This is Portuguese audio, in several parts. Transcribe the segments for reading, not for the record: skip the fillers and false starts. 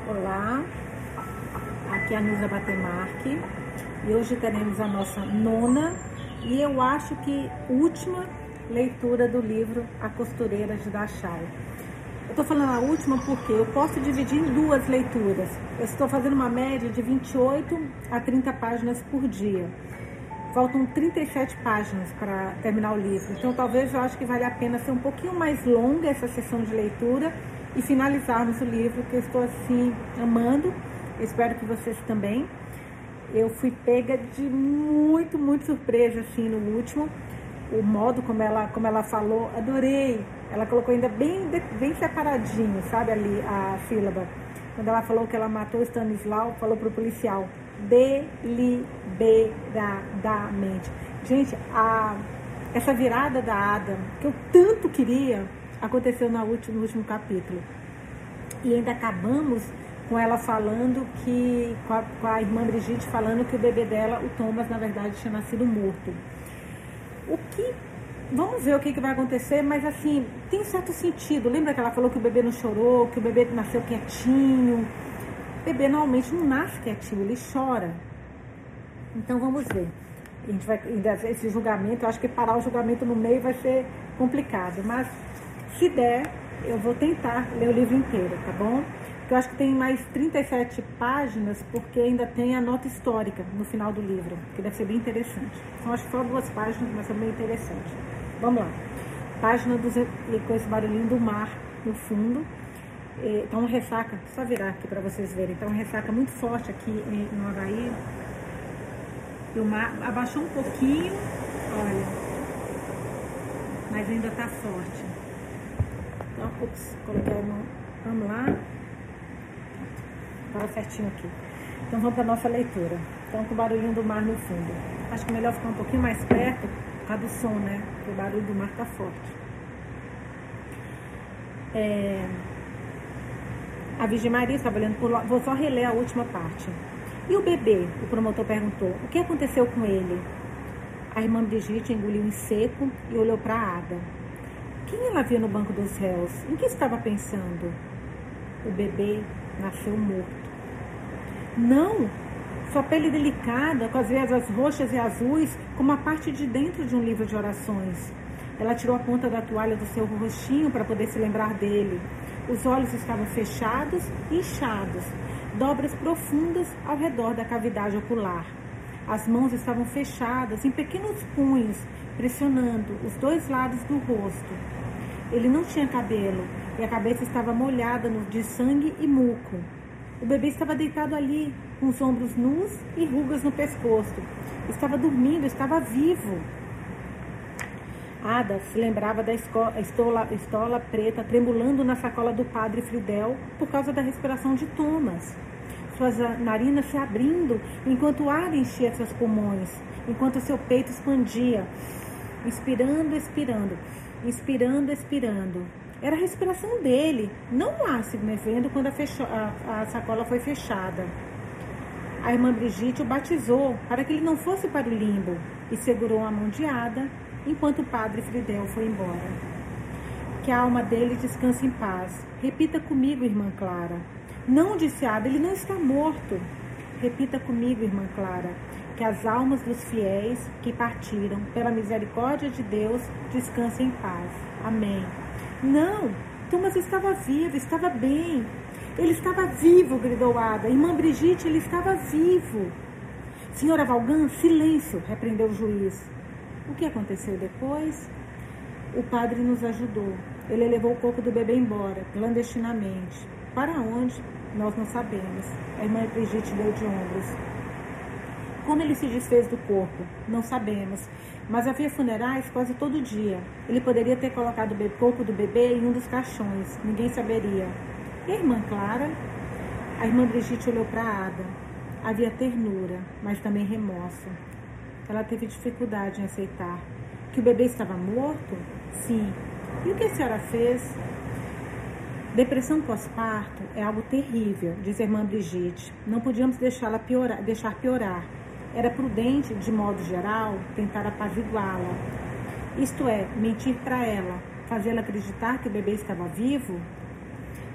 Olá, aqui é a Nilza Batemarque e hoje teremos a nossa nona e eu acho que última leitura do livro A Costureira de Dachau. Eu estou falando a última porque eu posso dividir em duas leituras. Eu estou fazendo uma média de 28 a 30 páginas por dia. Faltam 37 páginas para terminar o livro, então talvez eu acho que vale a pena ser um pouquinho mais longa essa sessão de leitura e finalizarmos o livro, que eu estou assim amando. Eu espero que vocês também. Eu fui pega de muito surpresa assim no último. O modo como ela falou, adorei. Ela colocou ainda bem separadinho, sabe, ali a sílaba. Quando ela falou que ela matou o Stanislau, falou pro policial, deliberadamente. Gente, essa virada da Ada, que eu tanto queria, aconteceu no último capítulo. E ainda acabamos com ela falando que, com a irmã Brigitte falando que o bebê dela, o Thomas, na verdade, tinha nascido morto. Vamos ver o que vai acontecer, mas assim, tem certo sentido. Lembra que ela falou que o bebê não chorou, que o bebê nasceu quietinho? O bebê normalmente não nasce quietinho, ele chora. Então vamos ver. A gente vai, esse julgamento, eu acho que parar o julgamento no meio vai ser complicado, mas se der, eu vou tentar ler o livro inteiro, tá bom? Porque eu acho que tem mais 37 páginas, porque ainda tem a nota histórica no final do livro, que deve ser bem interessante. Então, acho que só 2 páginas, mas é bem interessante. Vamos lá. Página 200, com esse barulhinho do mar no fundo. Então, uma ressaca, só virar aqui para vocês verem. Então, uma ressaca muito forte aqui no Havaí. E o mar abaixou um pouquinho, olha, mas ainda tá forte. Então, coloquei a mão. Vamos lá. Para certinho aqui. Então vamos para a nossa leitura. Então com o barulhinho do mar no fundo. Acho que é melhor ficar um pouquinho mais perto por causa do som, né? Porque o barulho do mar tá forte. A Virgem Maria estava olhando por lá. Vou só reler a última parte. E o bebê? O promotor perguntou. O que aconteceu com ele? A irmã Brigitte engoliu em seco e olhou para a Ada. Quem ela viu no banco dos réus? Em que estava pensando? O bebê nasceu morto. Não! Sua pele delicada, com as veias roxas e azuis, como a parte de dentro de um livro de orações. Ela tirou a ponta da toalha do seu rostinho para poder se lembrar dele. Os olhos estavam fechados e inchados, dobras profundas ao redor da cavidade ocular. As mãos estavam fechadas em pequenos punhos, pressionando os 2 lados do rosto. Ele não tinha cabelo e a cabeça estava molhada de sangue e muco. O bebê estava deitado ali, com os ombros nus e rugas no pescoço. Estava dormindo, estava vivo. Ada se lembrava da estola preta tremulando na sacola do padre Fridel por causa da respiração de Thomas. Suas narinas se abrindo enquanto o ar enchia seus pulmões, enquanto seu peito expandia, expirando. Era a respiração dele, não o ar se movendo quando a sacola foi fechada. A irmã Brigitte o batizou para que ele não fosse para o limbo e segurou a mão de Ada enquanto o padre Fridel foi embora. Que a alma dele descanse em paz. Repita comigo, irmã Clara. Não, disse Ada, ele não está morto. Repita comigo, irmã Clara. Que as almas dos fiéis que partiram pela misericórdia de Deus descansem em paz. Amém. Não, Thomas estava vivo, estava bem. Ele estava vivo, gridou Ada. Irmã Brigitte, ele estava vivo. Senhora Valgan, silêncio, repreendeu o juiz. O que aconteceu depois? O padre nos ajudou. Ele levou o corpo do bebê embora, clandestinamente. Para onde? Nós não sabemos. A irmã Brigitte deu de ombros. Como ele se desfez do corpo? Não sabemos. Mas havia funerais quase todo dia. Ele poderia ter colocado o corpo do bebê em um dos caixões. Ninguém saberia. E a irmã Clara? A irmã Brigitte olhou para Ada. Havia ternura, mas também remorso. Ela teve dificuldade em aceitar. Que o bebê estava morto? Sim. E o que a senhora fez? Depressão pós-parto é algo terrível, diz a irmã Brigitte. Não podíamos deixar piorar. Era prudente, de modo geral, tentar apaziguá-la. Isto é, mentir para ela, fazê-la acreditar que o bebê estava vivo.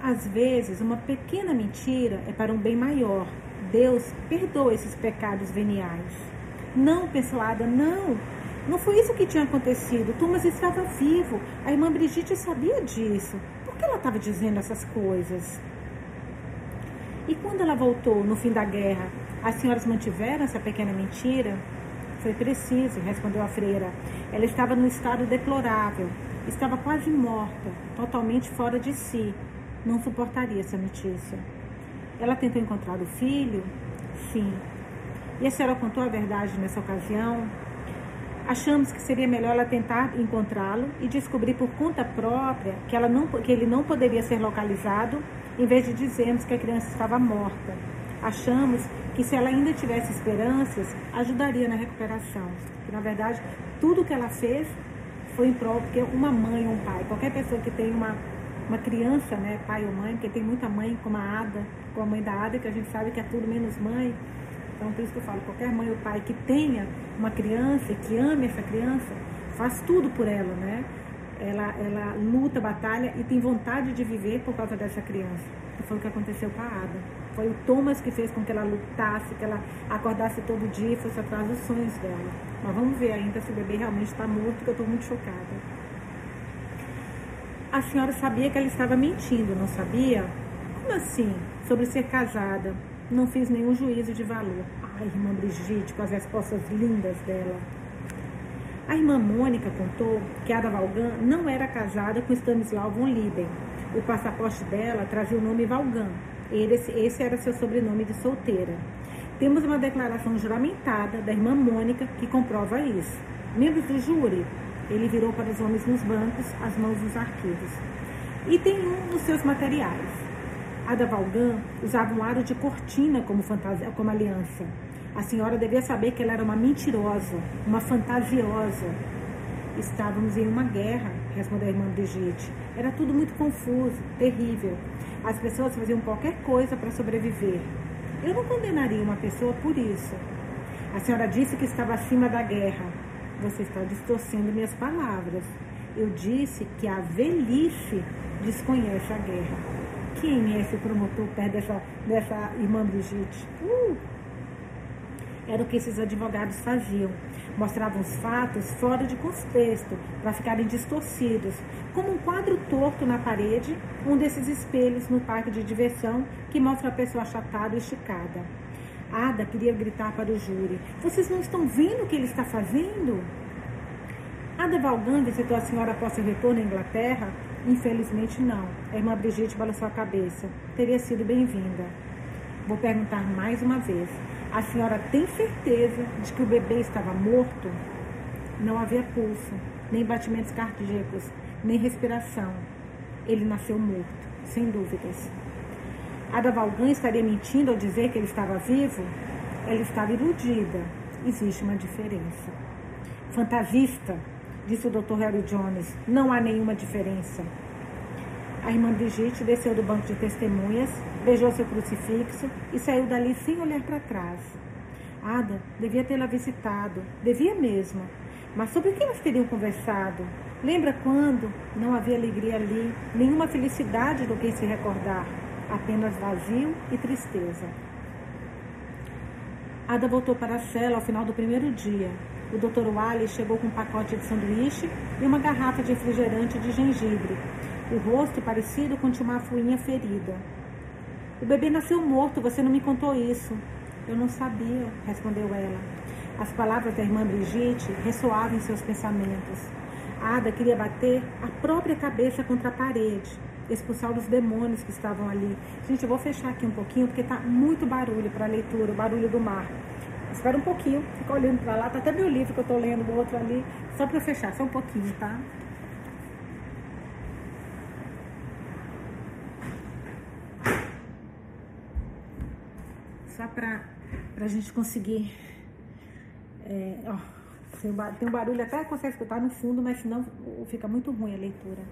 Às vezes, uma pequena mentira é para um bem maior. Deus perdoa esses pecados veniais. Não, pensou Ada, não. Não foi isso que tinha acontecido. Thomas estava vivo. A irmã Brigitte sabia disso. Por que ela estava dizendo essas coisas? E quando ela voltou, no fim da guerra, as senhoras mantiveram essa pequena mentira? Foi preciso, respondeu a freira. Ela estava num estado deplorável. Estava quase morta, totalmente fora de si. Não suportaria essa notícia. Ela tentou encontrar o filho? Sim. E a senhora contou a verdade nessa ocasião? Achamos que seria melhor ela tentar encontrá-lo e descobrir por conta própria que ele não poderia ser localizado, em vez de dizermos que a criança estava morta. Achamos que se ela ainda tivesse esperanças, ajudaria na recuperação. Que, na verdade, tudo que ela fez foi em prol, porque uma mãe ou um pai, qualquer pessoa que tem uma criança, né, pai ou mãe, porque tem muita mãe como a Ada, como a mãe da Ada, que a gente sabe que é tudo menos mãe. Então, por isso que eu falo, qualquer mãe ou pai que tenha uma criança e que ame essa criança, faz tudo por ela, né? Ela luta, batalha e tem vontade de viver por causa dessa criança. Que foi o que aconteceu com a Ada. Foi o Thomas que fez com que ela lutasse, que ela acordasse todo dia e fosse atrás dos sonhos dela. Mas vamos ver ainda se o bebê realmente está morto, que eu estou muito chocada. A senhora sabia que ela estava mentindo, não sabia? Como assim? Sobre ser casada. Não fiz nenhum juízo de valor. Ai, irmã Brigitte, com as respostas lindas dela. A irmã Mônica contou que Ada Valgan não era casada com Stanislau von Lieben. O passaporte dela trazia o nome Valgan. Esse era seu sobrenome de solteira. Temos uma declaração juramentada da irmã Mônica que comprova isso. Membros do júri, ele virou para os homens nos bancos, as mãos nos arquivos. E tem um dos seus materiais. Ada Valgan usava um aro de cortina como aliança. A senhora devia saber que ela era uma mentirosa, uma fantasiosa. Estávamos em uma guerra, respondeu a irmã Brigitte. Era tudo muito confuso, terrível. As pessoas faziam qualquer coisa para sobreviver. Eu não condenaria uma pessoa por isso. A senhora disse que estava acima da guerra. Você está distorcendo minhas palavras. Eu disse que a velhice desconhece a guerra. Quem é esse promotor perto dessa irmã Brigitte? Era o que esses advogados faziam. Mostravam os fatos fora de contexto, para ficarem distorcidos, como um quadro torto na parede, um desses espelhos no parque de diversão que mostra a pessoa achatada ou esticada. Ada queria gritar para o júri: vocês não estão vendo o que ele está fazendo? Ada Valgan visitou a senhora após seu retorno à Inglaterra? Infelizmente não. A irmã Brigitte balançou a cabeça. Teria sido bem-vinda. Vou perguntar mais uma vez. A senhora tem certeza de que o bebê estava morto? Não havia pulso, nem batimentos cardíacos, nem respiração. Ele nasceu morto, sem dúvidas. Ada Valgan estaria mentindo ao dizer que ele estava vivo? Ela estava iludida. Existe uma diferença. Fantasista, disse o Dr. Harry Jones. Não há nenhuma diferença. A irmã Brigitte desceu do banco de testemunhas, beijou seu crucifixo e saiu dali sem olhar para trás. Ada devia tê-la visitado, devia mesmo. Mas sobre o que elas teriam conversado? Lembra quando não havia alegria ali, nenhuma felicidade do que se recordar, apenas vazio e tristeza. Ada voltou para a cela ao final do primeiro dia. O Dr. Wally chegou com um pacote de sanduíche e uma garrafa de refrigerante de gengibre. O rosto parecido com uma fuinha ferida. O bebê nasceu morto, você não me contou isso. Eu não sabia, respondeu ela. As palavras da irmã Brigitte ressoavam em seus pensamentos. A Ada queria bater a própria cabeça contra a parede, expulsar os demônios que estavam ali. Gente, eu vou fechar aqui um pouquinho, porque tá muito barulho para a leitura, o barulho do mar. Espera um pouquinho, fica olhando para lá, tá até meu livro que eu tô lendo do outro ali, só para eu fechar, só um pouquinho, tá? Só para a gente conseguir. Tem um barulho, até consegue escutar no fundo, mas senão fica muito ruim a leitura.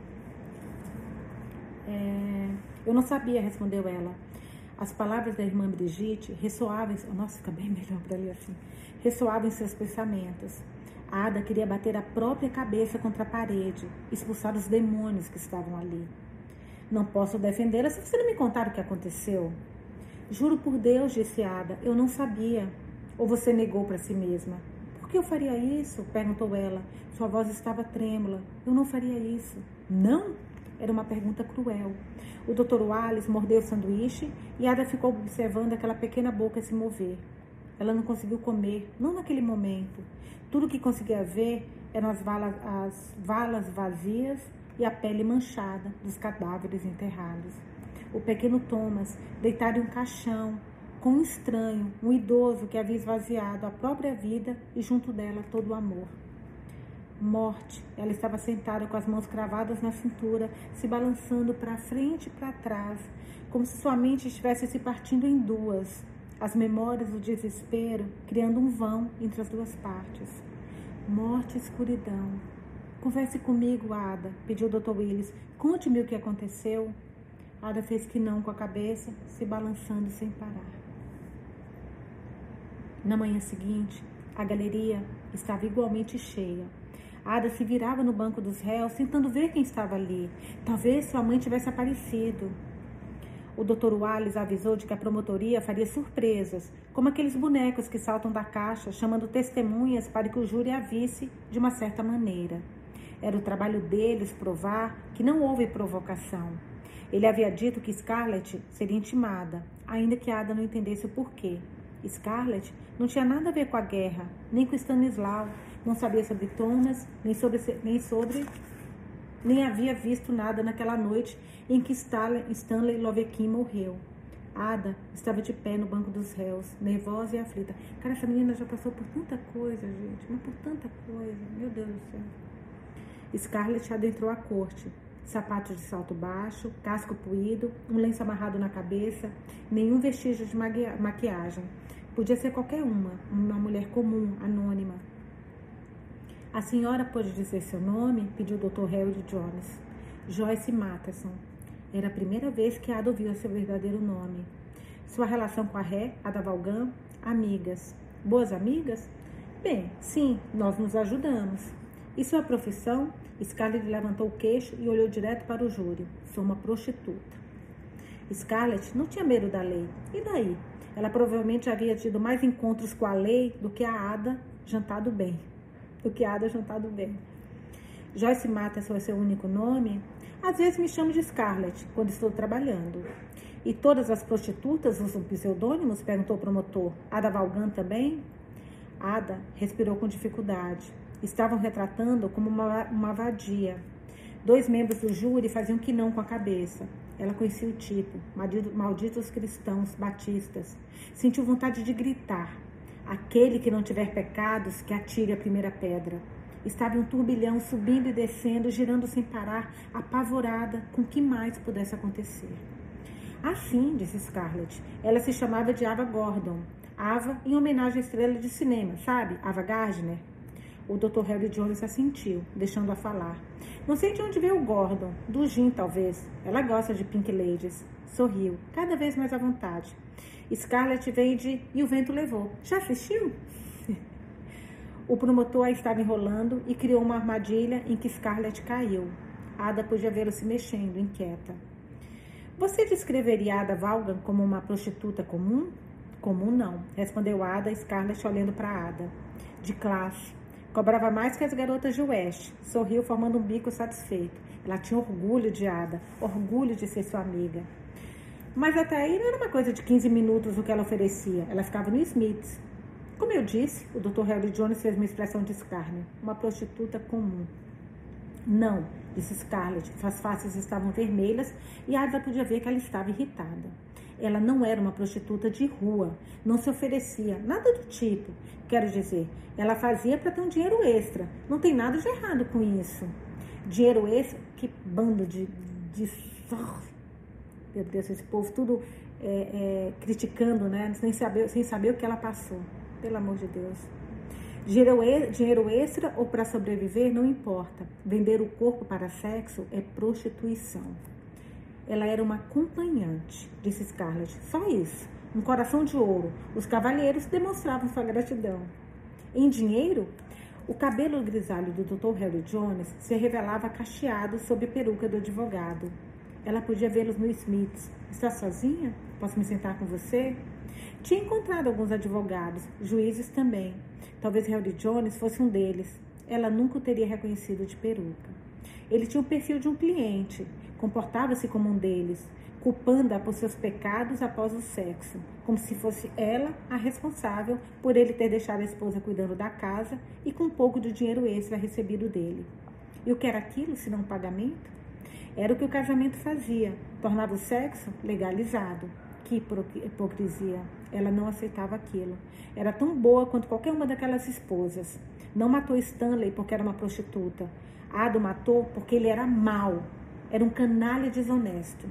Eu não sabia, respondeu ela. As palavras da irmã Brigitte ressoavam. Nossa, fica bem melhor para ler assim. Ressoavam em seus pensamentos. A Ada queria bater a própria cabeça contra a parede, expulsar os demônios que estavam ali. Não posso defendê-la se você não me contar o que aconteceu. Juro por Deus, disse Ada, eu não sabia. Ou você negou para si mesma? Por que eu faria isso? Perguntou ela. Sua voz estava trêmula. Eu não faria isso. Não? Era uma pergunta cruel. O Dr. Wallace mordeu o sanduíche e Ada ficou observando aquela pequena boca se mover. Ela não conseguiu comer, não naquele momento. Tudo que conseguia ver eram as valas vazias e a pele manchada dos cadáveres enterrados. O pequeno Thomas, deitado em um caixão, com um estranho, um idoso que havia esvaziado a própria vida e junto dela todo o amor. Morte. Ela estava sentada com as mãos cravadas na cintura, se balançando para frente e para trás, como se sua mente estivesse se partindo em duas. As memórias do desespero criando um vão entre as duas partes. Morte e escuridão. Converse comigo, Ada, pediu o Dr. Willis. Conte-me o que aconteceu. Ada fez que não com a cabeça, se balançando sem parar. Na manhã seguinte, a galeria estava igualmente cheia. Ada se virava no banco dos réus, tentando ver quem estava ali. Talvez sua mãe tivesse aparecido. O Dr. Wallace avisou de que a promotoria faria surpresas, como aqueles bonecos que saltam da caixa, chamando testemunhas para que o júri a visse de uma certa maneira. Era o trabalho deles provar que não houve provocação. Ele havia dito que Scarlett seria intimada, ainda que Ada não entendesse o porquê. Scarlett não tinha nada a ver com a guerra, nem com Stanislaw, não sabia sobre Thomas, nem havia visto nada naquela noite em que Stanley Lovekin morreu. Ada estava de pé no banco dos réus, nervosa e aflita. Cara, essa menina já passou por tanta coisa, gente, mas por tanta coisa, meu Deus do céu. Scarlett adentrou a corte. Sapatos de salto baixo, casco puído, um lenço amarrado na cabeça, nenhum vestígio de maquiagem. Podia ser qualquer uma mulher comum, anônima. A senhora pode dizer seu nome? Pediu o Dr. Harry Jones. Joyce Matterson. Era a primeira vez que Ada ouviu seu verdadeiro nome. Sua relação com a Ré, Ada Vaughan? Amigas. Boas amigas? Bem, sim, nós nos ajudamos. E sua profissão? Scarlett levantou o queixo e olhou direto para o júri. Sou uma prostituta. Scarlett não tinha medo da lei. E daí? Ela provavelmente havia tido mais encontros com a lei do que a Ada jantado bem. Joyce Matterson é seu único nome? Às vezes me chamo de Scarlett, quando estou trabalhando. E todas as prostitutas usam pseudônimos? Perguntou o promotor. Ada Vaughan também? Ada respirou com dificuldade. Estavam retratando como uma vadia. 2 membros do júri faziam que não com a cabeça. Ela conhecia o tipo, malditos cristãos batistas. Sentiu vontade de gritar. Aquele que não tiver pecados, que atire a primeira pedra. Estava em um turbilhão, subindo e descendo, girando sem parar, apavorada com o que mais pudesse acontecer. Assim, disse Scarlett, ela se chamava de Ava Gordon. Ava em homenagem à estrela de cinema, sabe? Ava Gardner. O Dr. Harry Jones assentiu, deixando-a falar. Não sei de onde veio o Gordon. Do gin, talvez. Ela gosta de Pink Ladies. Sorriu, cada vez mais à vontade. Scarlett veio de E o Vento Levou. Já assistiu? O promotor a estava enrolando e criou uma armadilha em que Scarlett caiu. Ada podia vê-lo se mexendo, inquieta. Você descreveria Ada Vaughan como uma prostituta comum? Comum não, respondeu Ada, Scarlett olhando para Ada. De classe. Cobrava mais que as garotas de West. Sorriu, formando um bico satisfeito. Ela tinha orgulho de Ada, orgulho de ser sua amiga. Mas até aí não era uma coisa de 15 minutos o que ela oferecia. Ela ficava no Smith's. Como eu disse, o Dr. Harry Jones fez uma expressão de escárnio. Uma prostituta comum. Não, disse Scarlett. Suas faces estavam vermelhas e Ada podia ver que ela estava irritada. Ela não era uma prostituta de rua, não se oferecia, nada do tipo. Quero dizer, ela fazia para ter um dinheiro extra. Não tem nada de errado com isso. Dinheiro extra, que bando de... Meu Deus, esse povo tudo criticando, né? Sem saber o que ela passou. Pelo amor de Deus. Dinheiro extra ou para sobreviver, não importa. Vender o corpo para sexo é prostituição. Ela era uma acompanhante, disse Scarlett. Só isso. Um coração de ouro. Os cavalheiros demonstravam sua gratidão. Em dinheiro, o cabelo grisalho do Dr. Harry Jones se revelava cacheado sob a peruca do advogado. Ela podia vê-los no Smiths. Está sozinha? Posso me sentar com você? Tinha encontrado alguns advogados, juízes também. Talvez Harry Jones fosse um deles. Ela nunca o teria reconhecido de peruca. Ele tinha o perfil de um cliente, comportava-se como um deles, culpando-a por seus pecados após o sexo, como se fosse ela a responsável por ele ter deixado a esposa cuidando da casa e com um pouco de dinheiro extra recebido dele. E o que era aquilo, se não um pagamento? Era o que o casamento fazia, tornava o sexo legalizado. Que hipocrisia! Ela não aceitava aquilo. Era tão boa quanto qualquer uma daquelas esposas. Não matou Stanley porque era uma prostituta. Ada o matou porque ele era mau. Era um canalha desonesto.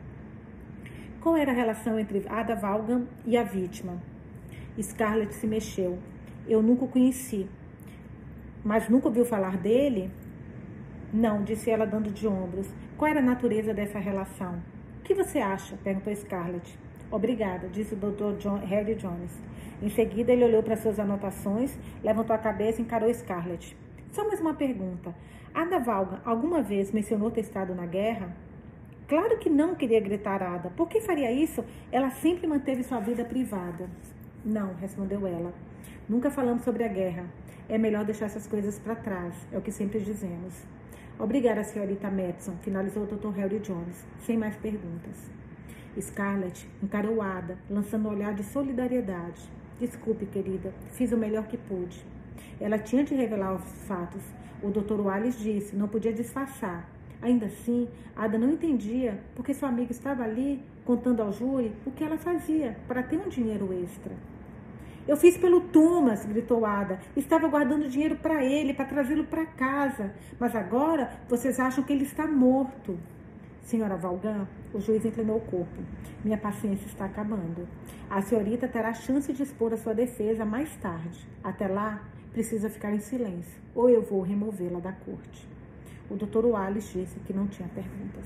Qual era a relação entre Ada Vaughan e a vítima? Scarlett se mexeu. Eu nunca o conheci. Mas nunca ouviu falar dele? Não, disse ela dando de ombros. Qual era a natureza dessa relação? O que você acha? Perguntou Scarlett. Obrigada, disse o Dr. Harry Jones. Em seguida, ele olhou para suas anotações, levantou a cabeça e encarou Scarlett. Só mais uma pergunta. Ada Vaughan alguma vez mencionou ter estado na guerra? Claro que não, queria gritar Ada. Por que faria isso? Ela sempre manteve sua vida privada. Não, respondeu ela. Nunca falamos sobre a guerra. É melhor deixar essas coisas para trás, é o que sempre dizemos. Obrigada, senhorita Madison, finalizou o Dr. Harry Jones, sem mais perguntas. Scarlett encarou Ada, lançando um olhar de solidariedade. Desculpe, querida, fiz o melhor que pude. Ela tinha de revelar os fatos. O Dr. Wallace disse, não podia disfarçar. Ainda assim, Ada não entendia porque sua amiga estava ali, contando ao júri o que ela fazia para ter um dinheiro extra. Eu fiz pelo Thomas, gritou Ada. Estava guardando dinheiro para ele, para trazê-lo para casa. Mas agora vocês acham que ele está morto. Senhora Vaughan, o juiz inclinou o corpo. Minha paciência está acabando. A senhorita terá chance de expor a sua defesa mais tarde. Até lá, precisa ficar em silêncio, ou eu vou removê-la da corte. O Dr. Wallace disse que não tinha perguntas.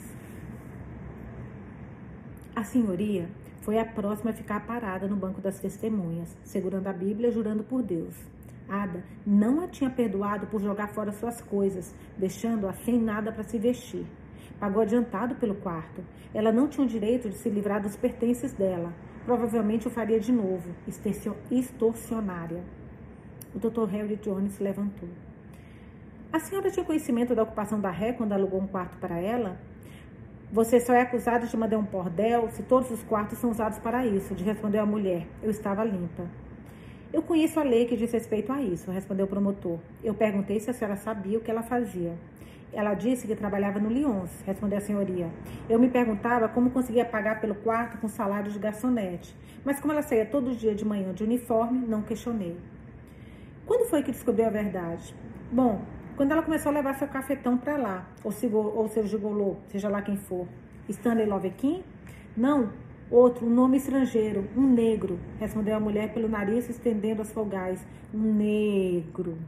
A senhoria foi a próxima a ficar parada no banco das testemunhas, segurando a Bíblia e jurando por Deus. Ada não a tinha perdoado por jogar fora suas coisas, deixando-a sem nada para se vestir. Pagou adiantado pelo quarto. Ela não tinha o direito de se livrar dos pertences dela. Provavelmente o faria de novo, extorsionária. O Dr. Harry Jones se levantou. A senhora tinha conhecimento da ocupação da Ré quando alugou um quarto para ela? Você só é acusado de mandar um bordel se todos os quartos são usados para isso, respondeu a mulher. Eu estava limpa. Eu conheço a lei que diz respeito a isso, respondeu o promotor. Eu perguntei se a senhora sabia o que ela fazia. Ela disse que trabalhava no Lyons, respondeu a senhoria. Eu me perguntava como conseguia pagar pelo quarto com salário de garçonete, mas como ela saía todo dia de manhã de uniforme, não questionei. Quando foi que descobriu a verdade? Bom, quando ela começou a levar seu cafetão para lá, ou seu gigolô, seja lá quem for. Stanley Lovekin? Não, outro, um nome estrangeiro, um negro, respondeu a mulher pelo nariz, estendendo as fogais. Um negro.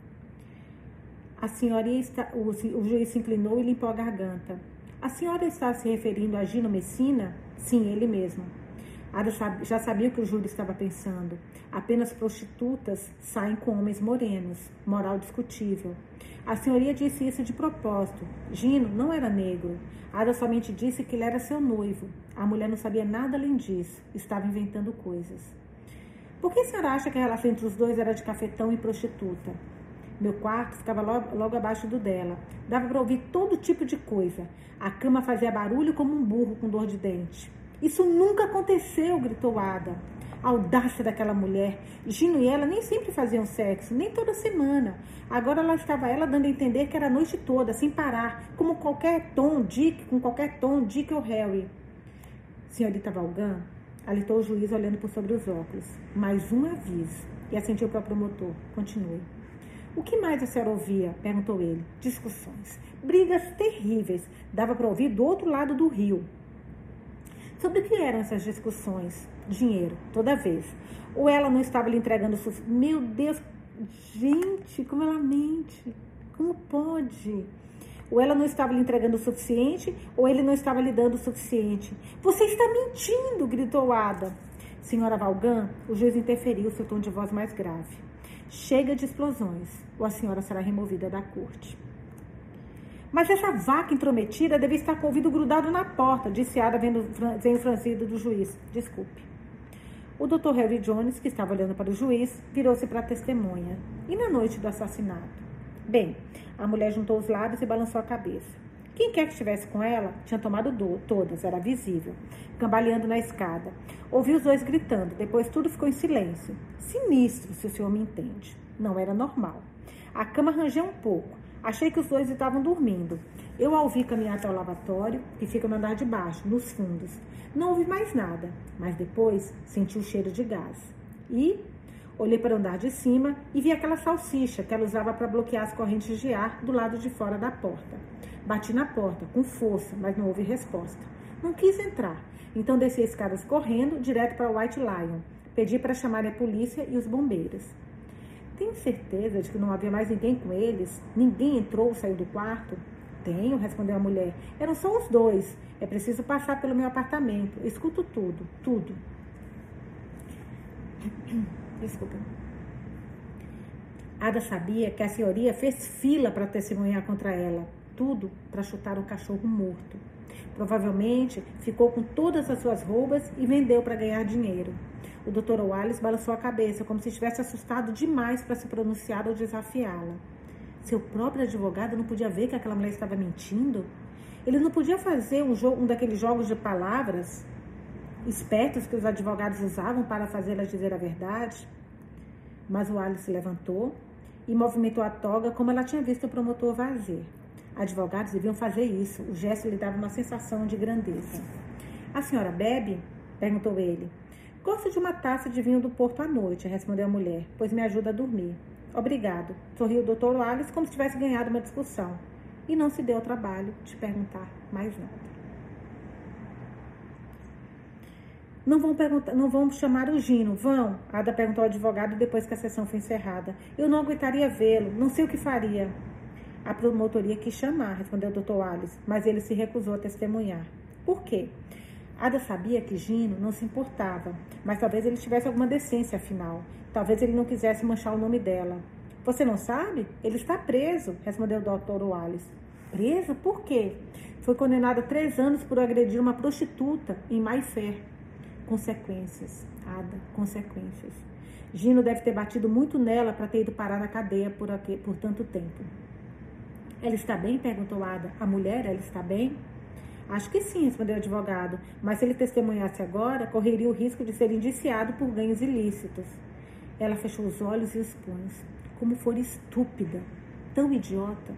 O juiz se inclinou e limpou a garganta. A senhora está se referindo a Gino Messina? Sim, ele mesmo. Ada já sabia o que o júri estava pensando. Apenas prostitutas saem com homens morenos. Moral discutível. A senhoria disse isso de propósito. Gino não era negro. Ada somente disse que ele era seu noivo. A mulher não sabia nada além disso. Estava inventando coisas. Por que a senhora acha que a relação entre os dois era de cafetão e prostituta? Meu quarto ficava logo abaixo do dela. Dava para ouvir todo tipo de coisa. A cama fazia barulho como um burro com dor de dente. Isso nunca aconteceu, gritou Ada. A audácia daquela mulher. Gino e ela nem sempre faziam sexo, nem toda semana. Agora lá estava ela dando a entender que era a noite toda, sem parar, com qualquer tom, Dick ou Harry. Senhorita Vaughan, alertou o juiz olhando por sobre os óculos. Mais um aviso. E assentiu para o promotor. Continue. O que mais a senhora ouvia? Perguntou ele. Discussões. Brigas terríveis. Dava para ouvir do outro lado do rio. Sobre o que eram essas discussões? Dinheiro, toda vez. Ou ela não estava lhe entregando... Meu Deus, gente, como ela mente. Como pode? Ou ela não estava lhe entregando o suficiente, ou ele não estava lhe dando o suficiente. Você está mentindo, gritou Ada. Senhora Vaughan, o juiz interferiu, seu tom de voz mais grave. Chega de explosões, ou a senhora será removida da corte. Mas essa vaca intrometida devia estar com o ouvido grudado na porta, disse Ada, vendo o zenho franzido do juiz. Desculpe. O Dr. Harry Jones, que estava olhando para o juiz, virou-se para a testemunha. E na noite do assassinato? Bem, a mulher juntou os lábios e balançou a cabeça. Quem quer que estivesse com ela tinha tomado todas, era visível, cambaleando na escada. Ouvi os dois gritando, depois tudo ficou em silêncio. Sinistro, se o senhor me entende. Não era normal. A cama rangeu um pouco. Achei que os dois estavam dormindo. Eu a ouvi caminhar até o lavatório, que fica no andar de baixo, nos fundos. Não ouvi mais nada, mas depois senti o cheiro de gás. E olhei para o andar de cima e vi aquela salsicha que ela usava para bloquear as correntes de ar do lado de fora da porta. Bati na porta, com força, mas não houve resposta. Não quis entrar, então desci as escadas correndo, direto para o White Lion. Pedi para chamarem a polícia e os bombeiros. Tenho certeza de que não havia mais ninguém com eles? Ninguém entrou ou saiu do quarto? Tenho, respondeu a mulher. Eram só os dois. É preciso passar pelo meu apartamento. Eu escuto tudo, tudo. Desculpa. Ada sabia que a senhoria fez fila para testemunhar contra ela. Tudo para chutar um cachorro morto. Provavelmente ficou com todas as suas roubas e vendeu para ganhar dinheiro. O Dr. Wallace balançou a cabeça, como se estivesse assustado demais para se pronunciar ou desafiá-la. Seu próprio advogado não podia ver que aquela mulher estava mentindo? Ele não podia fazer um daqueles jogos de palavras espertos que os advogados usavam para fazê-las dizer a verdade? Mas o Wallace se levantou e movimentou a toga como ela tinha visto o promotor fazer. Advogados deviam fazer isso. O gesto lhe dava uma sensação de grandeza. A senhora bebe? Perguntou ele. Gosto de uma taça de vinho do Porto à noite, respondeu a mulher, pois me ajuda a dormir. Obrigado, sorriu o Dr. Wallace como se tivesse ganhado uma discussão. E não se deu ao trabalho de perguntar mais nada. Não vão chamar o Gino, vão? Ada perguntou ao advogado depois que a sessão foi encerrada. Eu não aguentaria vê-lo, não sei o que faria. A promotoria quis chamar, respondeu o Dr. Wallace, mas ele se recusou a testemunhar. Por quê? Ada sabia que Gino não se importava, mas talvez ele tivesse alguma decência, afinal. Talvez ele não quisesse manchar o nome dela. Você não sabe? Ele está preso, respondeu o Dr. Wallace. Preso? Por quê? Foi condenado a 3 anos por agredir uma prostituta em Mayfair. Consequências, Ada, consequências. Gino deve ter batido muito nela para ter ido parar na cadeia por tanto tempo. Ela está bem? Perguntou Ada. A mulher, ela está bem? Acho que sim, respondeu o advogado, mas se ele testemunhasse agora, correria o risco de ser indiciado por ganhos ilícitos. Ela fechou os olhos e os punhos. Como for estúpida, tão idiota.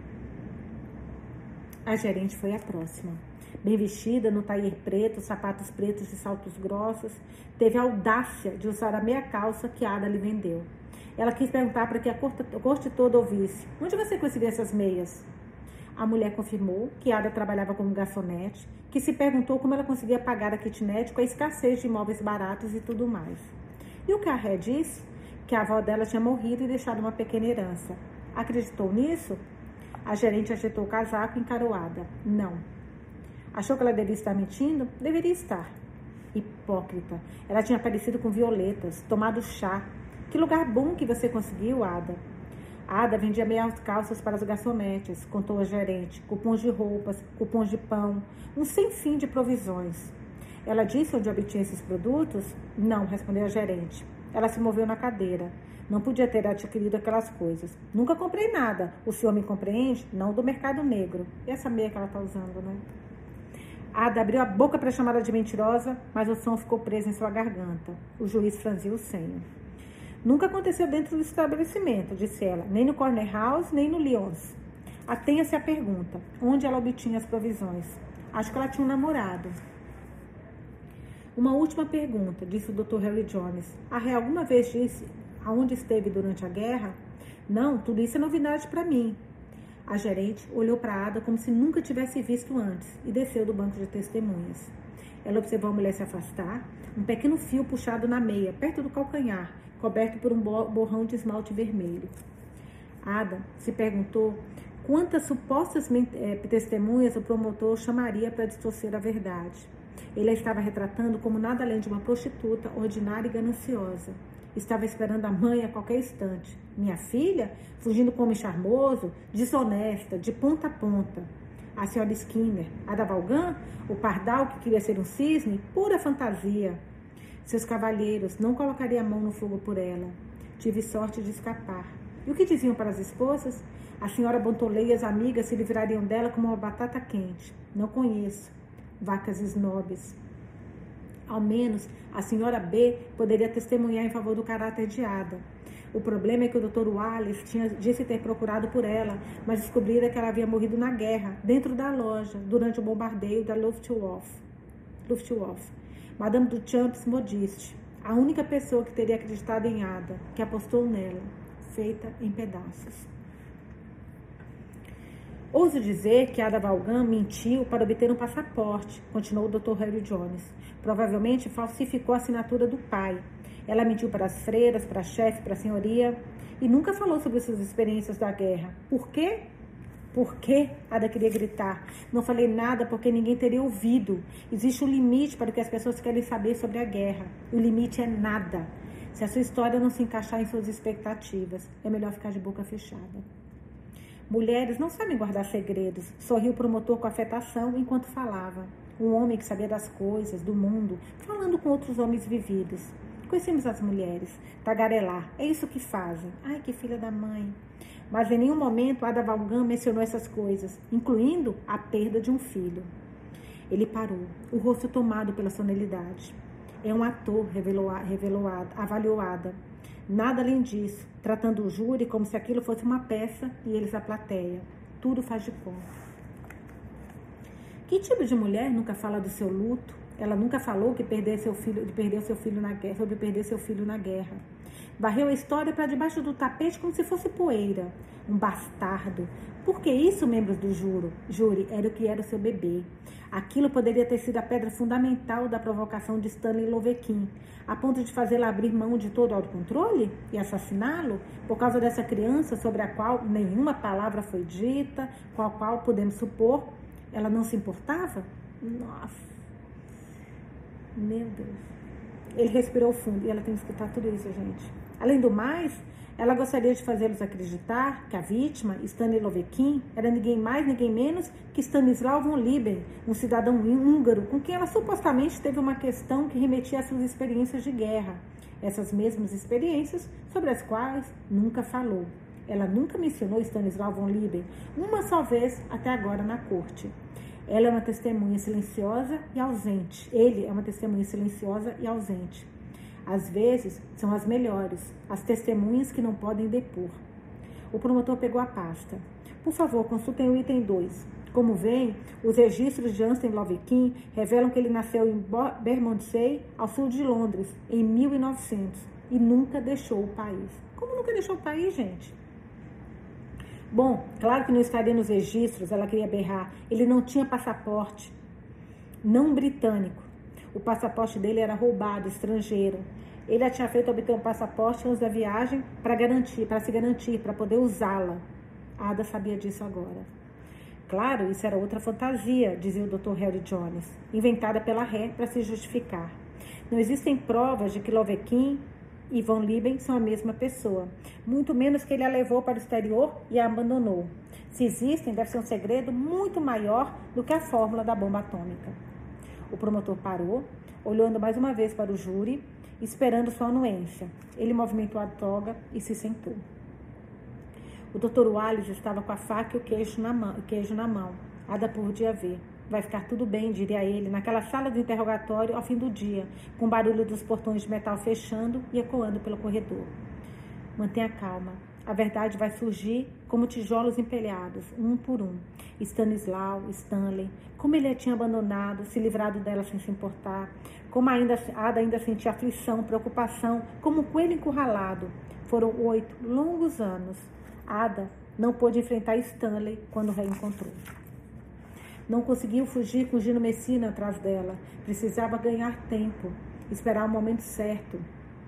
A gerente foi a próxima. Bem vestida, no taier preto, sapatos pretos e saltos grossos, teve a audácia de usar a meia calça que Ada lhe vendeu. Ela quis perguntar para que a corte toda ouvisse. Onde você conseguiu essas meias? A mulher confirmou que Ada trabalhava como garçonete, que se perguntou como ela conseguia pagar a kitnet com a escassez de imóveis baratos e tudo mais. E o Carré disse que a avó dela tinha morrido e deixado uma pequena herança. Acreditou nisso? A gerente ajeitou o casaco e encarou Ada. Não. Achou que ela devia estar mentindo? Deveria estar. Hipócrita. Ela tinha aparecido com violetas, tomado chá. Que lugar bom que você conseguiu, Ada. Ada vendia meias calças para as garçonetes, contou a gerente, cupons de roupas, cupons de pão, um sem fim de provisões. Ela disse onde obtinha esses produtos? Não, respondeu a gerente. Ela se moveu na cadeira. Não podia ter adquirido aquelas coisas. Nunca comprei nada. O senhor me compreende? Não do mercado negro. E essa meia que ela está usando, né? Ada abriu a boca para chamá-la de mentirosa, mas o som ficou preso em sua garganta. O juiz franziu o senho. Nunca aconteceu dentro do estabelecimento, disse ela, nem no Corner House, nem no Lyons. Atenha-se à pergunta, onde ela obtinha as provisões? Acho que ela tinha um namorado. Uma última pergunta, disse o Dr. Harry Jones. A Ré alguma vez disse aonde esteve durante a guerra? Não, tudo isso é novidade para mim. A gerente olhou para Ada como se nunca tivesse visto antes e desceu do banco de testemunhas. Ela observou a mulher se afastar, um pequeno fio puxado na meia, perto do calcanhar, coberto por um borrão de esmalte vermelho. Ada se perguntou quantas supostas testemunhas o promotor chamaria para distorcer a verdade. Ele a estava retratando como nada além de uma prostituta ordinária e gananciosa. Estava esperando a mãe a qualquer instante. Minha filha, fugindo com homem charmoso, desonesta, de ponta a ponta. A senhora Skinner, Ada Vaughan, o pardal que queria ser um cisne, pura fantasia. Seus cavalheiros não colocariam a mão no fogo por ela. Tive sorte de escapar. E o que diziam para as esposas? A senhora Bontolé e as amigas se livrariam dela como uma batata quente. Não conheço. Vacas snobs. Ao menos a senhora B poderia testemunhar em favor do caráter de Ada. O problema é que o Dr. Wallace disse ter procurado por ela, mas descobrira que ela havia morrido na guerra, dentro da loja, durante o bombardeio da Luftwaffe. Madame Duchamp Modiste, a única pessoa que teria acreditado em Ada, que apostou nela, feita em pedaços. Ouso dizer que Ada Vaughan mentiu para obter um passaporte, continuou o Dr. Harry Jones. Provavelmente falsificou a assinatura do pai. Ela mentiu para as freiras, para a chefe, para a senhoria e nunca falou sobre suas experiências da guerra. Por quê? Por quê? Ada queria gritar. Não falei nada porque ninguém teria ouvido. Existe um limite para o que as pessoas querem saber sobre a guerra. O limite é nada. Se a sua história não se encaixar em suas expectativas, é melhor ficar de boca fechada. Mulheres não sabem guardar segredos. Sorriu o promotor com afetação enquanto falava. Um homem que sabia das coisas, do mundo, falando com outros homens vividos. Conhecemos as mulheres. Tagarelar. É isso que fazem. Ai, que filha da mãe. Mas em nenhum momento Ada Vaughan mencionou essas coisas, incluindo a perda de um filho. Ele parou, o rosto tomado pela sonolidade. É um ator, avaliou Ada. Nada além disso, tratando o júri como se aquilo fosse uma peça e eles a plateia. Tudo faz de conta. Que tipo de mulher nunca fala do seu luto? Ela nunca falou que perder seu filho na guerra. Varreu a história para debaixo do tapete como se fosse poeira. Um bastardo. Por que isso, membros do júri? Era o que era o seu bebê. Aquilo poderia ter sido a pedra fundamental da provocação de Stanley Lovequin, a ponto de fazê-la abrir mão de todo o autocontrole e assassiná-lo por causa dessa criança sobre a qual nenhuma palavra foi dita, com a qual podemos supor ela não se importava? Nossa. Meu Deus. Ele respirou fundo e ela tem que escutar tudo isso, gente. Além do mais, ela gostaria de fazê-los acreditar que a vítima, Stanley Lovequin, era ninguém mais, ninguém menos que Stanislaw von Lieben, um cidadão húngaro com quem ela supostamente teve uma questão que remetia às suas experiências de guerra. Essas mesmas experiências sobre as quais nunca falou. Ela nunca mencionou Stanislaw von Lieben, uma só vez até agora na corte. Ela é uma testemunha silenciosa e ausente. Ele é uma testemunha silenciosa e ausente. Às vezes, são as melhores, as testemunhas que não podem depor. O promotor pegou a pasta. Por favor, consultem o item 2. Como veem, os registros de Stanley Lovequin revelam que ele nasceu em Bermondsey, ao sul de Londres, em 1900, e nunca deixou o país. Como nunca deixou o país, gente? Bom, claro que não estaria nos registros, ela queria berrar. Ele não tinha passaporte, não britânico. O passaporte dele era roubado, estrangeiro. Ele a tinha feito obter um passaporte antes da viagem para se garantir, para poder usá-la. A Ada sabia disso agora. Claro, isso era outra fantasia, dizia o Dr. Harry Jones, inventada pela ré para se justificar. Não existem provas de que Lovequin e von Lieben são a mesma pessoa, muito menos que ele a levou para o exterior e a abandonou. Se existem, deve ser um segredo muito maior do que a fórmula da bomba atômica. O promotor parou, olhando mais uma vez para o júri, esperando sua anuência. Ele movimentou a toga e se sentou. O Dr. Wallace estava com a faca e o queijo na mão. Ada podia ver. Vai ficar tudo bem, diria ele, naquela sala de interrogatório ao fim do dia, com o barulho dos portões de metal fechando e ecoando pelo corredor. Mantenha calma. A verdade vai surgir como tijolos empilhados, um por um. Stanislaw, Stanley, como ele a tinha abandonado, se livrado dela sem se importar, como Ada ainda sentia aflição, preocupação, como um coelho encurralado. Foram 8 longos anos. Ada não pôde enfrentar Stanley quando o reencontrou. Não conseguiu fugir com Gino Messina atrás dela. Precisava ganhar tempo, esperar o momento certo.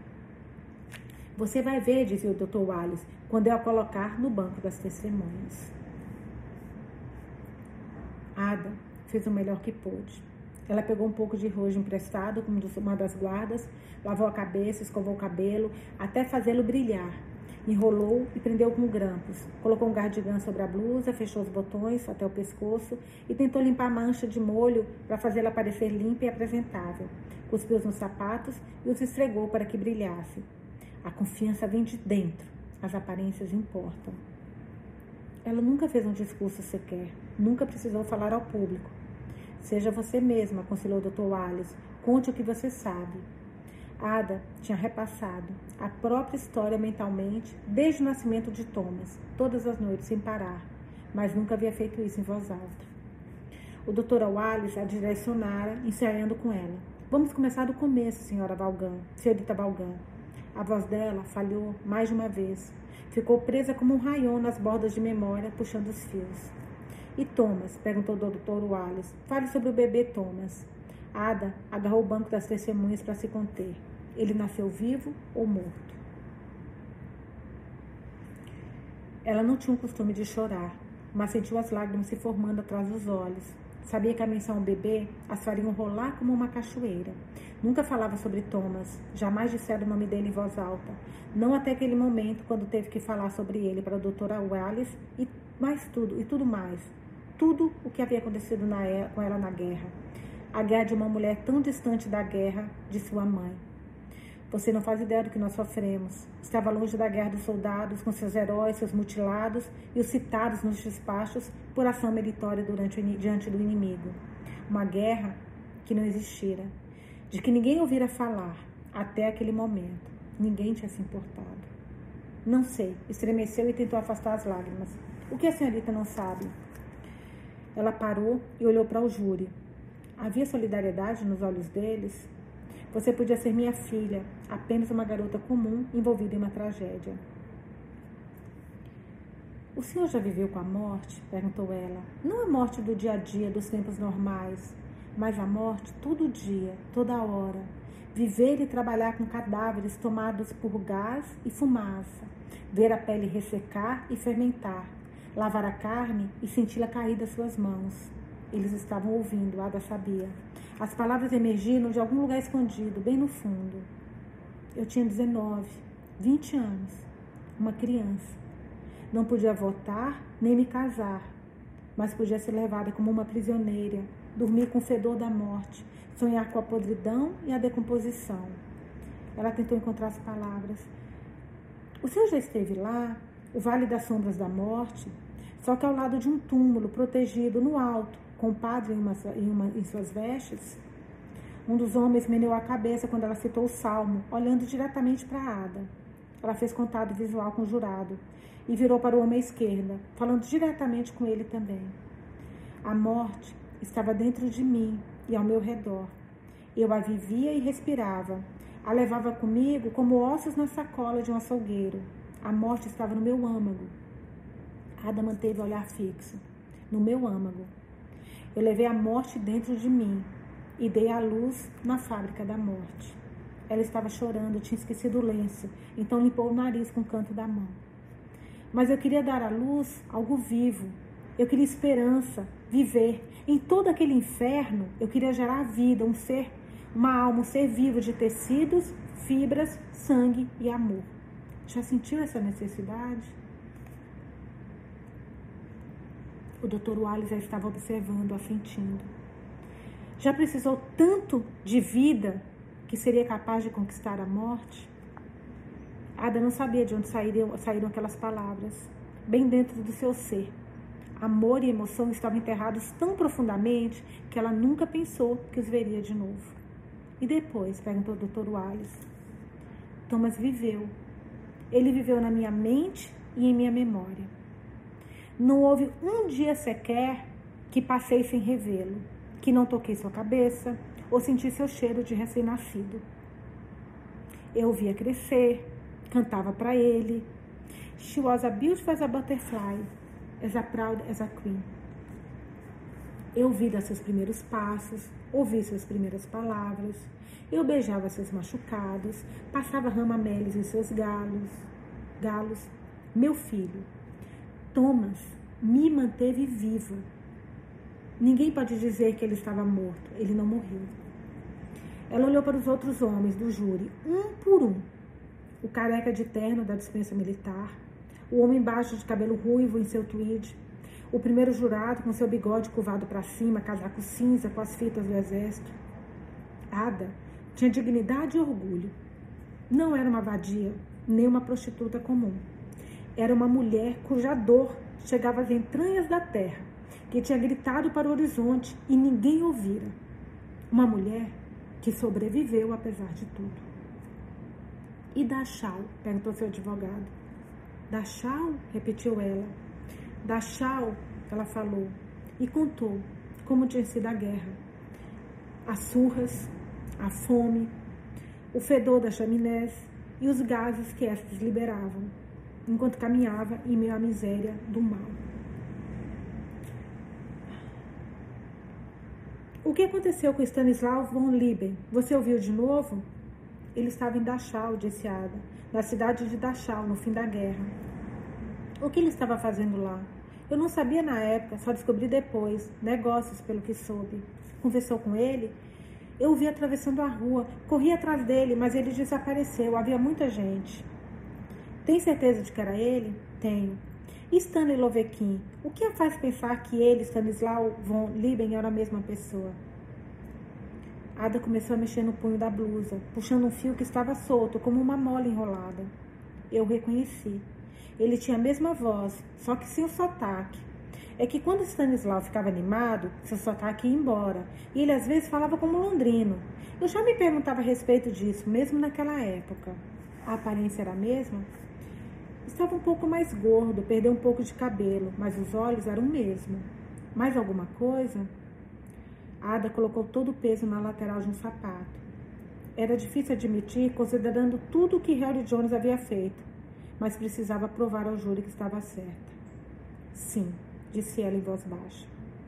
Você vai ver, dizia o Dr. Wallace, quando eu a colocar no banco das testemunhas. Ada fez o melhor que pôde. Ela pegou um pouco de rojo emprestado com uma das guardas, lavou a cabeça, escovou o cabelo, até fazê-lo brilhar. Enrolou e prendeu com grampos. Colocou um cardigan sobre a blusa, fechou os botões até o pescoço e tentou limpar a mancha de molho para fazê-la parecer limpa e apresentável. Cuspiu nos sapatos e os esfregou para que brilhasse. A confiança vem de dentro. As aparências importam. Ela nunca fez um discurso sequer. Nunca precisou falar ao público. Seja você mesma, aconselhou o Dr. Wallace. Conte o que você sabe. Ada tinha repassado a própria história mentalmente desde o nascimento de Thomas, todas as noites sem parar, mas nunca havia feito isso em voz alta. O Dr. Wallace a direcionara, ensaiando com ela. Vamos começar do começo, senhorita Vaughan. A voz dela falhou mais de uma vez. Ficou presa como um raion nas bordas de memória, puxando os fios. E Thomas? Perguntou o Dr. Wallace. Fale sobre o bebê Thomas. Ada agarrou o banco das testemunhas para se conter. Ele nasceu vivo ou morto? Ela não tinha o costume de chorar, mas sentiu as lágrimas se formando atrás dos olhos. Sabia que a menção ao bebê as fariam rolar como uma cachoeira. Nunca falava sobre Thomas, jamais dissera o nome dele em voz alta. Não até aquele momento, quando teve que falar sobre ele para a doutora Wallace e tudo mais. Tudo o que havia acontecido com ela na guerra. A guerra de uma mulher tão distante da guerra de sua mãe. Você não faz ideia do que nós sofremos. Estava longe da guerra dos soldados, com seus heróis, seus mutilados e os citados nos despachos por ação meritória diante do inimigo. Uma guerra que não existira, de que ninguém ouvira falar até aquele momento. Ninguém tinha se importado. Não sei, estremeceu e tentou afastar as lágrimas. O que a senhorita não sabe? Ela parou e olhou para o júri. Havia solidariedade nos olhos deles? Você podia ser minha filha, apenas uma garota comum envolvida em uma tragédia. O senhor já viveu com a morte? Perguntou ela. Não a morte do dia a dia, dos tempos normais, mas a morte todo dia, toda hora. Viver e trabalhar com cadáveres tomados por gás e fumaça. Ver a pele ressecar e fermentar. Lavar a carne e senti-la cair das suas mãos. Eles estavam ouvindo, Ada sabia. As palavras emergiram de algum lugar escondido, bem no fundo. Eu tinha 19, 20 anos, uma criança. Não podia votar nem me casar, mas podia ser levada como uma prisioneira, dormir com o fedor da morte, sonhar com a podridão e a decomposição. Ela tentou encontrar as palavras. O senhor já esteve lá, o Vale das Sombras da Morte, só que ao lado de um túmulo protegido no alto, com o padre em suas vestes? Um dos homens meneou a cabeça quando ela citou o salmo, olhando diretamente para Ada. Ela fez contato visual com o jurado e virou para o homem à esquerda, falando diretamente com ele também. A morte estava dentro de mim e ao meu redor. Eu a vivia e respirava. A levava comigo como ossos na sacola de um açougueiro. A morte estava no meu âmago. Ada manteve o olhar fixo. No meu âmago. Eu levei a morte dentro de mim e dei à luz na fábrica da morte. Ela estava chorando, tinha esquecido o lenço, então limpou o nariz com o canto da mão. Mas eu queria dar à luz algo vivo. Eu queria esperança, viver. Em todo aquele inferno, eu queria gerar vida, um ser, uma alma, um ser vivo de tecidos, fibras, sangue e amor. Já sentiu essa necessidade? O Dr. Wallace já estava observando, assentindo. Já precisou tanto de vida que seria capaz de conquistar a morte? Ada não sabia de onde saíram aquelas palavras. Bem dentro do seu ser. Amor e emoção estavam enterrados tão profundamente que ela nunca pensou que os veria de novo. E depois? Perguntou o Dr. Wallace. Thomas viveu. Ele viveu na minha mente e em minha memória. Não houve um dia sequer que passei sem revê-lo, que não toquei sua cabeça ou senti seu cheiro de recém-nascido. Eu o via crescer, cantava para ele. She was a beautiful as a butterfly, as a proud as a queen. Eu vi dar seus primeiros passos, ouvi suas primeiras palavras. Eu beijava seus machucados, passava ramameles em seus galos. Meu filho, Thomas, me manteve vivo. Ninguém pode dizer que ele estava morto. Ele não morreu. Ela olhou para os outros homens do júri, um por um. O careca de terno da dispensa militar, o homem baixo de cabelo ruivo em seu tweed, o primeiro jurado com seu bigode curvado para cima, casaco cinza com as fitas do exército. Ada tinha dignidade e orgulho. Não era uma vadia, nem uma prostituta comum. Era uma mulher cuja dor chegava às entranhas da terra, que tinha gritado para o horizonte e ninguém ouvira. Uma mulher que sobreviveu apesar de tudo. E Dachau? Perguntou seu advogado. Dachau? Repetiu ela. Dachau, ela falou, e contou como tinha sido a guerra. As surras, a fome, o fedor das chaminés e os gases que estas liberavam, enquanto caminhava em meio à miséria do mal. O que aconteceu com Stanislaw von Lieben? Você ouviu de novo? Ele estava em Dachau, disse Ada, na cidade de Dachau, no fim da guerra. O que ele estava fazendo lá? Eu não sabia na época, só descobri depois. Negócios, pelo que soube. Conversou com ele? Eu o vi atravessando a rua. Corri atrás dele, mas ele desapareceu. Havia muita gente. Tem certeza de que era ele? Tenho. E Stanley Lovekin? O que a faz pensar que ele, Stanislaw von Lieben, era a mesma pessoa? Ada começou a mexer no punho da blusa, puxando um fio que estava solto, como uma mola enrolada. Eu o reconheci. Ele tinha a mesma voz, só que sem o sotaque. É que quando Stanislaw ficava animado, seu sotaque ia embora, e ele às vezes falava como londrino. Eu já me perguntava a respeito disso, mesmo naquela época. A aparência era a mesma? Estava um pouco mais gordo, perdeu um pouco de cabelo, mas os olhos eram o mesmo. Mais alguma coisa? Ada colocou todo o peso na lateral de um sapato. Era difícil admitir, considerando tudo o que Harry Jones havia feito, mas precisava provar ao júri que estava certa. Sim, disse ela em voz baixa.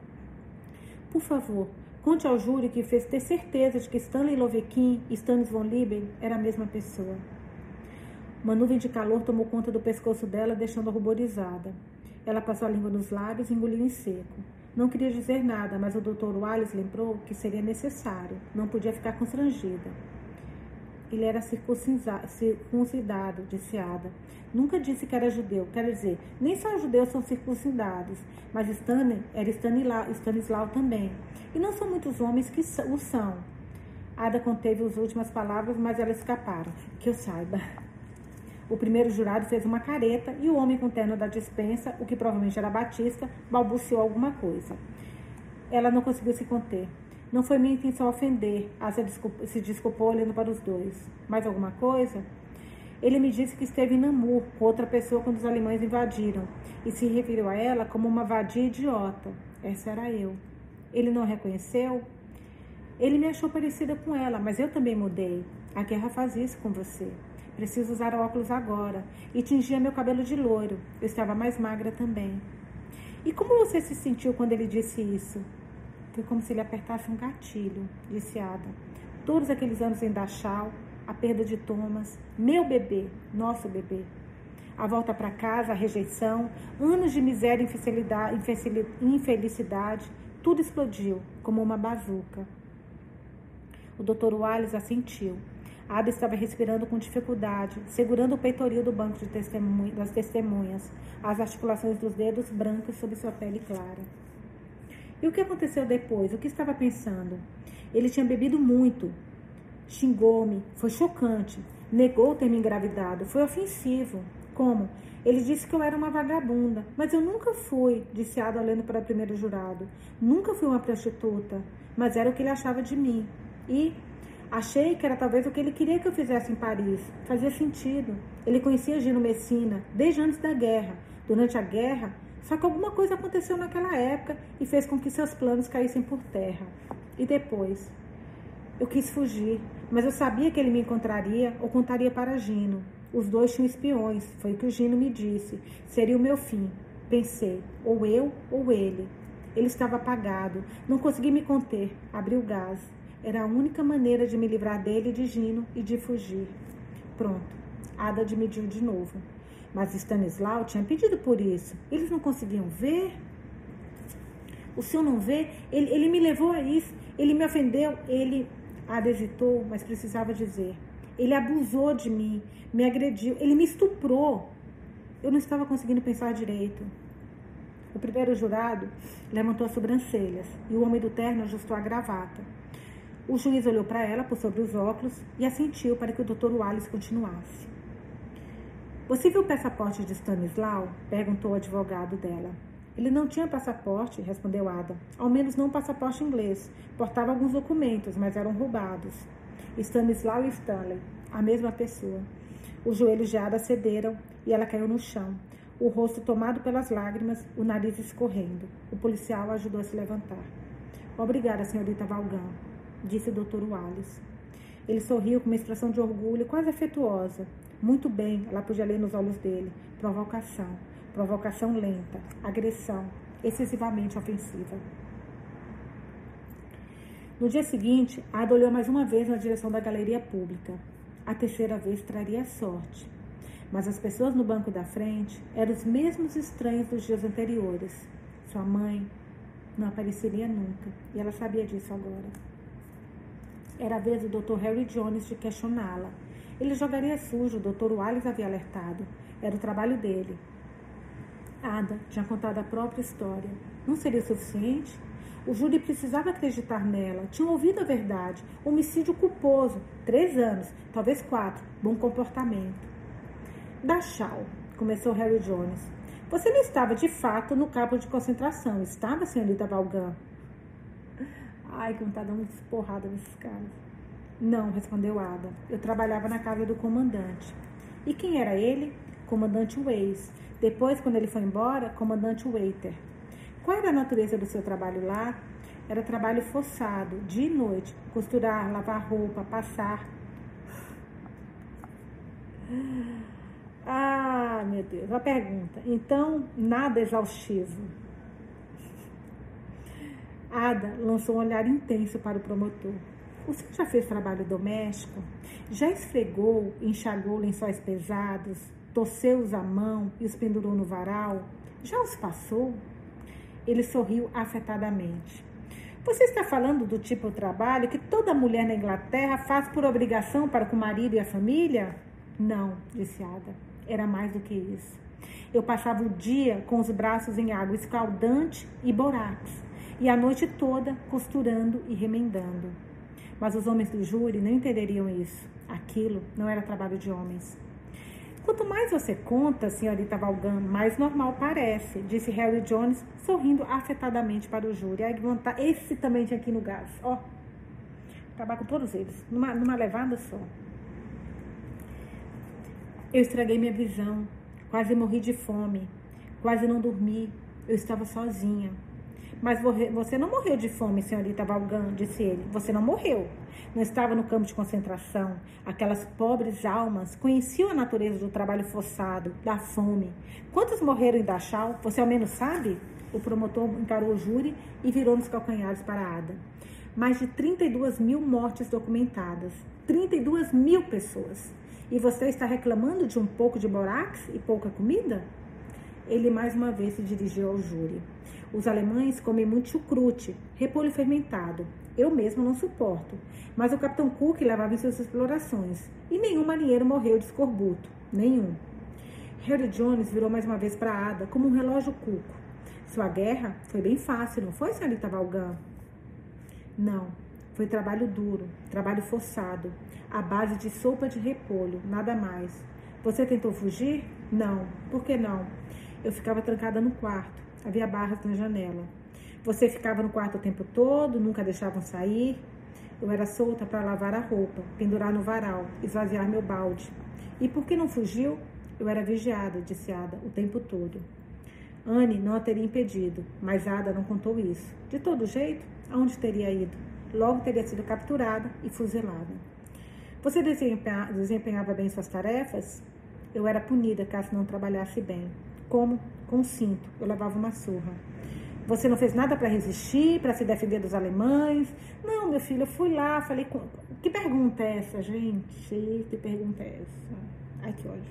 Por favor, conte ao júri que fez ter certeza de que Stanley Lovekin e Stannis von Lieben eram a mesma pessoa. Uma nuvem de calor tomou conta do pescoço dela, deixando-a ruborizada. Ela passou a língua nos lábios e engoliu em seco. Não queria dizer nada, mas o Dr. Wallace lembrou que seria necessário. Não podia ficar constrangida. Ele era circuncidado, disse Ada. Nunca disse que era judeu. Quer dizer, nem só os judeus são circuncidados, mas Stanley era Stanislaw também. E não são muitos homens que o são. Ada conteve as últimas palavras, mas elas escaparam. Que eu saiba. O primeiro jurado fez uma careta e o homem com terno da dispensa, o que provavelmente era Batista, balbuciou alguma coisa. Ela não conseguiu se conter. Não foi minha intenção ofender. Asa se desculpou olhando para os dois. Mais alguma coisa? Ele me disse que esteve em Namur com outra pessoa quando os alemães invadiram e se referiu a ela como uma vadia idiota. Essa era eu. Ele não a reconheceu? Ele me achou parecida com ela, mas eu também mudei. A guerra faz isso com você. Preciso usar óculos agora. E tingia meu cabelo de loiro. Eu estava mais magra também. E como você se sentiu quando ele disse isso? Foi como se ele apertasse um gatilho, disse Ada. Todos aqueles anos em Dachau, a perda de Thomas, meu bebê, nosso bebê. A volta para casa, a rejeição, anos de miséria e infelicidade, tudo explodiu como uma bazuca. O Dr. Wallace assentiu. Ada estava respirando com dificuldade, segurando o peitoril do banco das testemunhas, as articulações dos dedos brancos sob sua pele clara. E o que aconteceu depois? O que estava pensando? Ele tinha bebido muito. Xingou-me. Foi chocante. Negou ter me engravidado. Foi ofensivo. Como? Ele disse que eu era uma vagabunda. Mas eu nunca fui, disse Ada olhando para o primeiro jurado. Nunca fui uma prostituta. Mas era o que ele achava de mim. E achei que era talvez o que ele queria que eu fizesse em Paris. Fazia sentido. Ele conhecia Gino Messina desde antes da guerra. Durante a guerra, só que alguma coisa aconteceu naquela época e fez com que seus planos caíssem por terra. E depois? Eu quis fugir, mas eu sabia que ele me encontraria ou contaria para Gino. Os dois tinham espiões, foi o que o Gino me disse. Seria o meu fim. Pensei, ou eu ou ele. Ele estava apagado, não consegui me conter, abri o gás. Era a única maneira de me livrar dele e de Gino e de fugir. Pronto, Ada admitiu de novo. Mas Stanislaw tinha pedido por isso. Eles não conseguiam ver? O senhor não vê? Ele me levou a isso. Ele me ofendeu. Ele... Ada hesitou, mas precisava dizer. Ele abusou de mim, me agrediu, ele me estuprou. Eu não estava conseguindo pensar direito. O primeiro jurado levantou as sobrancelhas e o homem do terno ajustou a gravata. O juiz olhou para ela por sobre os óculos e assentiu para que o Dr. Wallace continuasse. Você viu o passaporte de Stanislau? Perguntou o advogado dela. Ele não tinha passaporte, respondeu Ada. Ao menos não um passaporte inglês. Portava alguns documentos, mas eram roubados. Stanislau e Stanley, a mesma pessoa. Os joelhos de Ada cederam e ela caiu no chão, o rosto tomado pelas lágrimas, o nariz escorrendo. O policial a ajudou a se levantar. Obrigada, senhorita Vaughan, disse o Dr. Wallace. Ele sorriu com uma expressão de orgulho quase afetuosa. Muito bem, ela podia ler nos olhos dele. Provocação lenta, agressão, excessivamente ofensiva. No dia seguinte, Ada olhou mais uma vez na direção da galeria pública. A terceira vez traria sorte. Mas as pessoas no banco da frente eram os mesmos estranhos dos dias anteriores. Sua mãe não apareceria nunca, e ela sabia disso agora. Era a vez do Dr. Harry Jones de questioná-la. Ele jogaria sujo, o Dr. Wallace havia alertado. Era o trabalho dele. Ada tinha contado a própria história. Não seria suficiente? O júri precisava acreditar nela. Tinha ouvido a verdade. Homicídio culposo. 3 anos, talvez 4. Bom comportamento. Dachau, começou Harry Jones. Você não estava, de fato, no campo de concentração. Estava, senhorita Vaughan? Ai, que vontade de dar uma esporrada nesses caras. Não, respondeu Ada. Eu trabalhava na casa do comandante. E quem era ele? Comandante Weiss. Depois, quando ele foi embora, comandante Waiter. Qual era a natureza do seu trabalho lá? Era trabalho forçado, dia e noite. Costurar, lavar roupa, passar. Ah, meu Deus. A pergunta. Então, nada exaustivo. Ada lançou um olhar intenso para o promotor. O senhor já fez trabalho doméstico? Já esfregou, enxagou lençóis pesados? Torceu-os à mão e os pendurou no varal? Já os passou? Ele sorriu afetadamente. Você está falando do tipo de trabalho que toda mulher na Inglaterra faz por obrigação para com o marido e a família? Não, disse Ada. Era mais do que isso. Eu passava o dia com os braços em água escaldante e borax, e a noite toda costurando e remendando. Mas os homens do júri não entenderiam isso. Aquilo não era trabalho de homens. Quanto mais você conta, senhorita Vaughan, mais normal parece, disse Harry Jones, sorrindo afetadamente para o júri. Ai, esse também tinha aqui no gás, ó. Acabar com todos eles, numa levada só. Eu estraguei minha visão, quase morri de fome, quase não dormi, eu estava sozinha. Mas você não morreu de fome, senhorita Vaughan, disse ele. Você não morreu. Não estava no campo de concentração. Aquelas pobres almas conheciam a natureza do trabalho forçado, da fome. Quantos morreram em Dachau? Você ao menos sabe? O promotor encarou o júri e virou nos calcanhares para Ada. Mais de 32 mil mortes documentadas. 32 mil pessoas. E você está reclamando de um pouco de borax e pouca comida? Ele mais uma vez se dirigiu ao júri. Os alemães comem muito chucrute, repolho fermentado. Eu mesmo não suporto. Mas o capitão Cook levava em suas explorações. E nenhum marinheiro morreu de escorbuto. Nenhum. Harry Jones virou mais uma vez para Ada, como um relógio cuco. Sua guerra foi bem fácil, não foi, senhorita Vaughan? Não. Foi trabalho duro, trabalho forçado. À base de sopa de repolho, nada mais. Você tentou fugir? Não. Por que não? Eu ficava trancada no quarto. Havia barras na janela. Você ficava no quarto o tempo todo, nunca deixavam sair. Eu era solta para lavar a roupa, pendurar no varal, esvaziar meu balde. E por que não fugiu? Eu era vigiada, disse Ada, o tempo todo. Anne não a teria impedido, mas Ada não contou isso. De todo jeito, aonde teria ido? Logo teria sido capturada e fuzilada. Você desempenhava bem suas tarefas? Eu era punida caso não trabalhasse bem. Como? Com cinto. Eu levava uma surra. Você não fez nada para resistir, para se defender dos alemães? Não, meu filho, eu fui lá, falei com... Que pergunta é essa, gente? Que pergunta é essa? Ai, que ódio.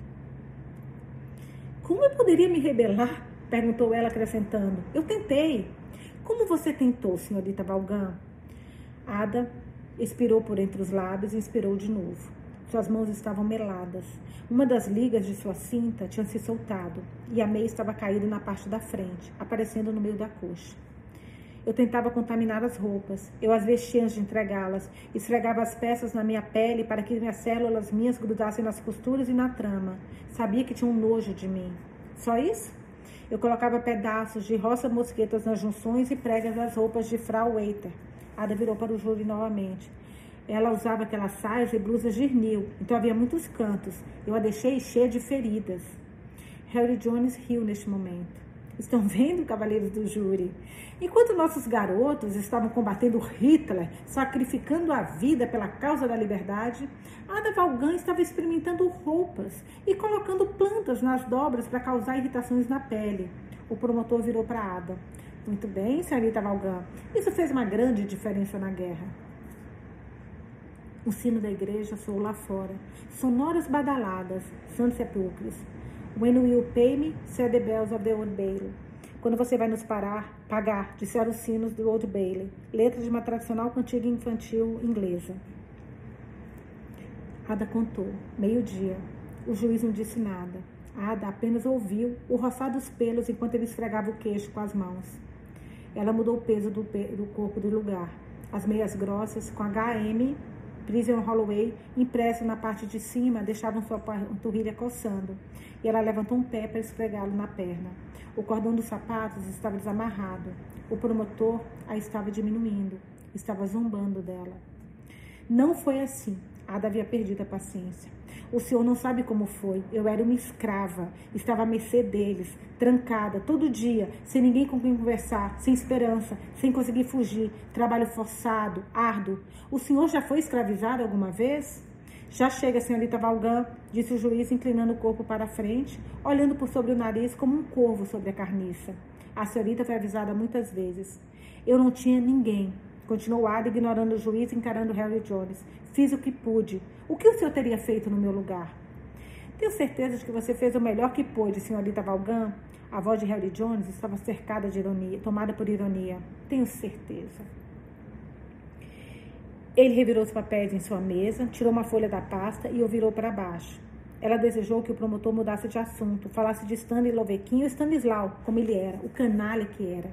Como eu poderia me rebelar? Perguntou ela, acrescentando. Eu tentei. Como você tentou, senhorita Vaughan? Ada expirou por entre os lábios e inspirou de novo. Suas mãos estavam meladas. Uma das ligas de sua cinta tinha se soltado e a meia estava caída na parte da frente, aparecendo no meio da coxa. Eu tentava contaminar as roupas. Eu as vestia antes de entregá-las. Esfregava as peças na minha pele para que as células minhas grudassem nas costuras e na trama. Sabia que tinha um nojo de mim. Só isso? Eu colocava pedaços de roça-mosquetas nas junções e pregas das roupas de Frau Waiter. Ada virou para o júri novamente. Ela usava aquelas saias e blusas de nil, então havia muitos cantos. Eu a deixei cheia de feridas. Harry Jones riu neste momento. Estão vendo, cavaleiros do júri? Enquanto nossos garotos estavam combatendo Hitler, sacrificando a vida pela causa da liberdade, Ada Vaughan estava experimentando roupas e colocando plantas nas dobras para causar irritações na pele. O promotor virou para Ada. Muito bem, senhorita Vaughan. Isso fez uma grande diferença na guerra. O sino da igreja soou lá fora. Sonoras badaladas, santos sepulcros. When will you pay me? Said the bells of the Old Bailey. Quando você vai nos pagar, disseram os sinos do Old Bailey. Letra de uma tradicional cantiga infantil inglesa. Ada contou. 12:00. O juiz não disse nada. Ada apenas ouviu o roçar dos pelos enquanto ele esfregava o queixo com as mãos. Ela mudou o peso do corpo do lugar. As meias grossas, com HM, Prison Holloway, impresso na parte de cima, deixavam sua panturrilha coçando. E ela levantou um pé para esfregá-lo na perna. O cordão dos sapatos estava desamarrado. O promotor a estava diminuindo. Estava zombando dela. Não foi assim. Ada havia perdido a paciência. O senhor não sabe como foi. Eu era uma escrava. Estava à mercê deles, trancada, todo dia, sem ninguém com quem conversar, sem esperança, sem conseguir fugir. Trabalho forçado, árduo. O senhor já foi escravizado alguma vez? Já chega, senhorita Vaughan, disse o juiz, inclinando o corpo para a frente, olhando por sobre o nariz como um corvo sobre a carniça. A senhorita foi avisada muitas vezes. Eu não tinha ninguém. Continuou Ada, ignorando o juiz e encarando Harry Jones. Fiz o que pude. O que o senhor teria feito no meu lugar? Tenho certeza de que você fez o melhor que pôde, senhorita Vaughan. A voz de Harry Jones estava cercada de ironia, tomada por ironia. Tenho certeza. Ele revirou os papéis em sua mesa, tirou uma folha da pasta e o virou para baixo. Ela desejou que o promotor mudasse de assunto, falasse de Stanley Lovequin ou Stanislau, como ele era, o canalha que era.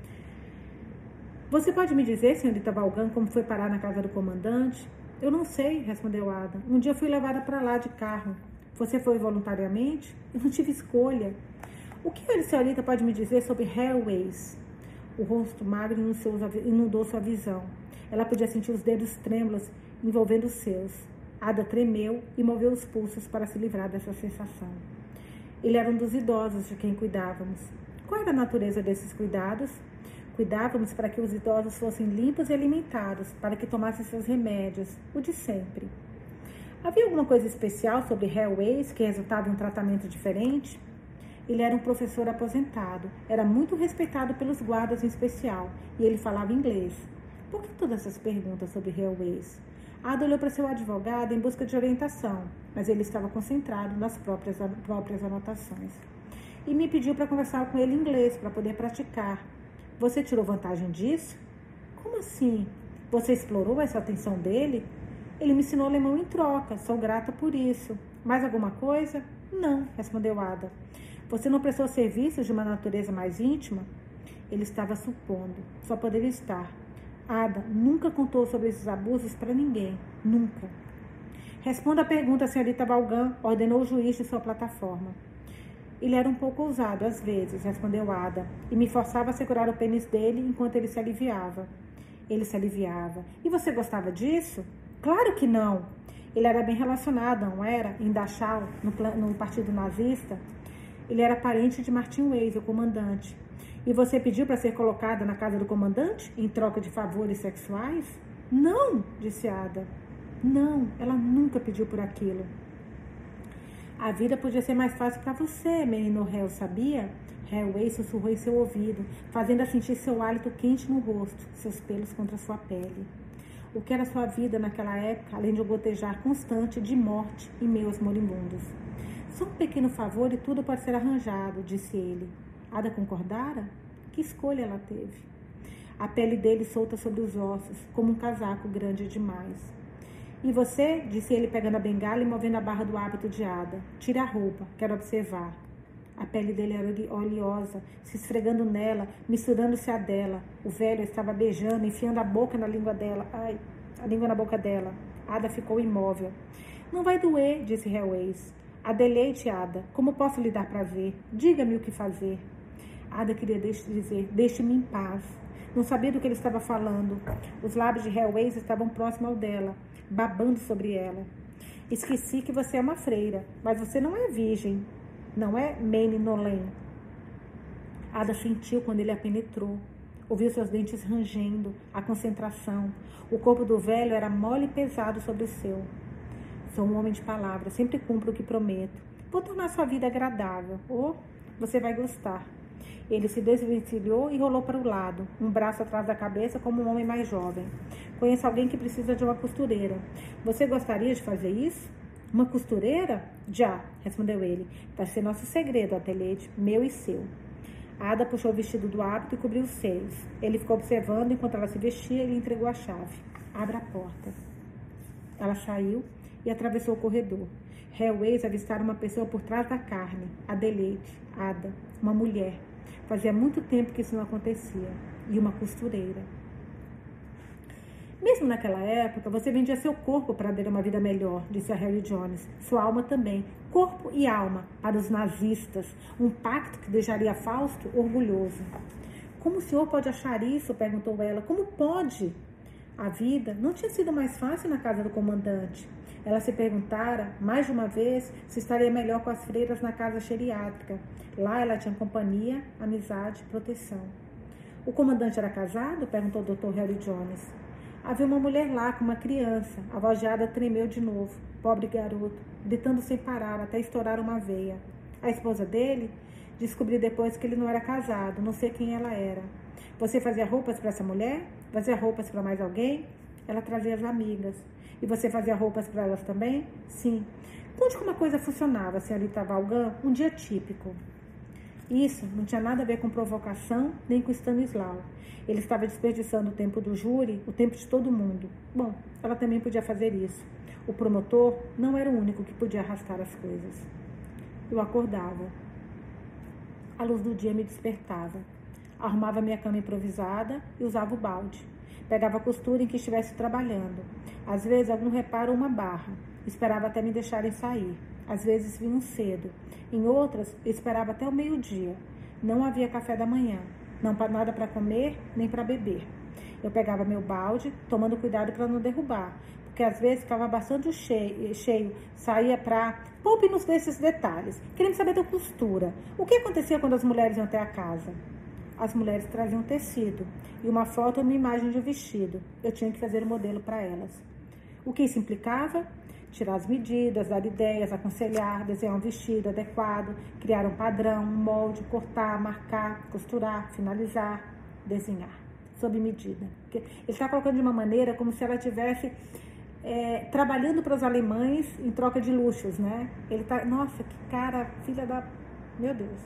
Você pode me dizer, senhorita Vaughan, como foi parar na casa do comandante? Eu não sei, respondeu Ada. Um dia fui levada para lá de carro. Você foi voluntariamente? Eu não tive escolha. O que a senhorita pode me dizer sobre Railways? O rosto magro inundou sua visão. Ela podia sentir os dedos trêmulos envolvendo os seus. Ada tremeu e moveu os pulsos para se livrar dessa sensação. Ele era um dos idosos de quem cuidávamos. Qual era a natureza desses cuidados? Cuidávamos para que os idosos fossem limpos e alimentados, para que tomassem seus remédios, o de sempre. Havia alguma coisa especial sobre Railways que resultava em um tratamento diferente? Ele era um professor aposentado, era muito respeitado pelos guardas em especial, e ele falava inglês. Por que todas essas perguntas sobre Railways? Ada olhou para seu advogado em busca de orientação, mas ele estava concentrado nas próprias anotações. E me pediu para conversar com ele em inglês, para poder praticar. Você tirou vantagem disso? Como assim? Você explorou essa atenção dele? Ele me ensinou alemão em troca, sou grata por isso. Mais alguma coisa? Não, respondeu Ada. Você não prestou serviços de uma natureza mais íntima? Ele estava supondo, só poderia estar. Ada nunca contou sobre esses abusos para ninguém, nunca. Responda a pergunta, senhorita Vaughan, ordenou o juiz de sua plataforma. Ele era um pouco ousado, às vezes, respondeu Ada, e me forçava a segurar o pênis dele enquanto ele se aliviava. Ele se aliviava. E você gostava disso? Claro que não. Ele era bem relacionado, não era? Em Dachau, no partido nazista. Ele era parente de Martin Weiss, o comandante. E você pediu para ser colocada na casa do comandante, em troca de favores sexuais? Não, disse Ada. Não, ela nunca pediu por aquilo. A vida podia ser mais fácil para você, menino réu, sabia? Railway sussurrou em seu ouvido, fazendo-a sentir seu hálito quente no rosto, seus pelos contra sua pele. O que era sua vida naquela época, além de um gotejar constante de morte e meios moribundos? Só um pequeno favor e tudo pode ser arranjado, disse ele. Ada concordara? Que escolha ela teve? a pele dele solta sobre os ossos, como um casaco grande demais. E você? Disse ele pegando a bengala e movendo a barra do hábito de Ada. Tire a roupa, quero observar. A pele dele era oleosa, se esfregando nela, misturando-se à dela. O velho estava beijando, enfiando a boca na língua dela. Ai, a língua na boca dela. Ada ficou imóvel. Não vai doer, disse Hellways. A deleite, Ada. Como posso lhe dar prazer? Diga-me o que fazer. Ada queria dizer, deixe-me em paz. Não sabia do que ele estava falando. Os lábios de Hellways estavam próximos ao dela, babando sobre ela. Esqueci que você é uma freira, mas você não é virgem. Não é Mane Nolen. Ada sentiu quando ele a penetrou. Ouviu seus dentes rangendo, a concentração. O corpo do velho era mole e pesado sobre o seu. Sou um homem de palavras, sempre cumpro o que prometo. Vou tornar sua vida agradável. Ou você vai gostar. Ele se desvencilhou e rolou para o lado, um braço atrás da cabeça como um homem mais jovem. Conheço alguém que precisa de uma costureira. Você gostaria de fazer isso? Uma costureira? Já, respondeu ele. Vai ser nosso segredo, Adelaide, meu e seu. Ada puxou o vestido do hábito e cobriu os seios. Ele ficou observando enquanto ela se vestia e lhe entregou a chave. Abra a porta. Ela saiu e atravessou o corredor. Hellways avistaram uma pessoa por trás da carne. Adelaide, Ada, uma mulher. Fazia muito tempo que isso não acontecia. E uma costureira. Mesmo naquela época, você vendia seu corpo para ter uma vida melhor, disse a Harry Jones. Sua alma também. Corpo e alma para os nazistas. Um pacto que deixaria Fausto orgulhoso. Como o senhor pode achar isso? Perguntou ela. Como pode? A vida não tinha sido mais fácil na casa do comandante. Ela se perguntara, mais de uma vez, se estaria melhor com as freiras na casa geriátrica. Lá ela tinha companhia, amizade, proteção. O comandante era casado? Perguntou o Dr. Harry Jones. Havia uma mulher lá com uma criança. A voz de Ada tremeu de novo. Pobre garoto, gritando sem parar, até estourar uma veia. A esposa dele? Descobri depois que ele não era casado, não sei quem ela era. Você fazia roupas para essa mulher? Fazia roupas para mais alguém? Ela trazia as amigas. E você fazia roupas para elas também? Sim. Conte como a coisa funcionava, senhorita Vaughan, um dia típico. Isso não tinha nada a ver com provocação, nem com Stanislau. Ele estava desperdiçando o tempo do júri, o tempo de todo mundo. Bom, ela também podia fazer isso. O promotor não era o único que podia arrastar as coisas. Eu acordava. A luz do dia me despertava. Arrumava minha cama improvisada e usava o balde. Pegava a costura em que estivesse trabalhando. Às vezes, algum reparo ou uma barra. Esperava até me deixarem sair. Às vezes, vinham cedo. Em outras, eu esperava até o meio-dia. Não havia café da manhã. Não nada para comer, nem para beber. Eu pegava meu balde, tomando cuidado para não derrubar. Porque às vezes ficava bastante cheio. Saía para... Poupe-nos desses detalhes. Queremos saber da costura. O que acontecia quando as mulheres iam até a casa? As mulheres traziam tecido e uma foto ou uma imagem de um vestido. Eu tinha que fazer o modelo para elas. O que isso implicava? Tirar as medidas, dar ideias, aconselhar, desenhar um vestido adequado, criar um padrão, um molde, cortar, marcar, costurar, finalizar, desenhar, sob medida. Ele está colocando de uma maneira como se ela estivesse trabalhando para os alemães em troca de luxos, né? Ele está, nossa, que cara, filha da... Meu Deus.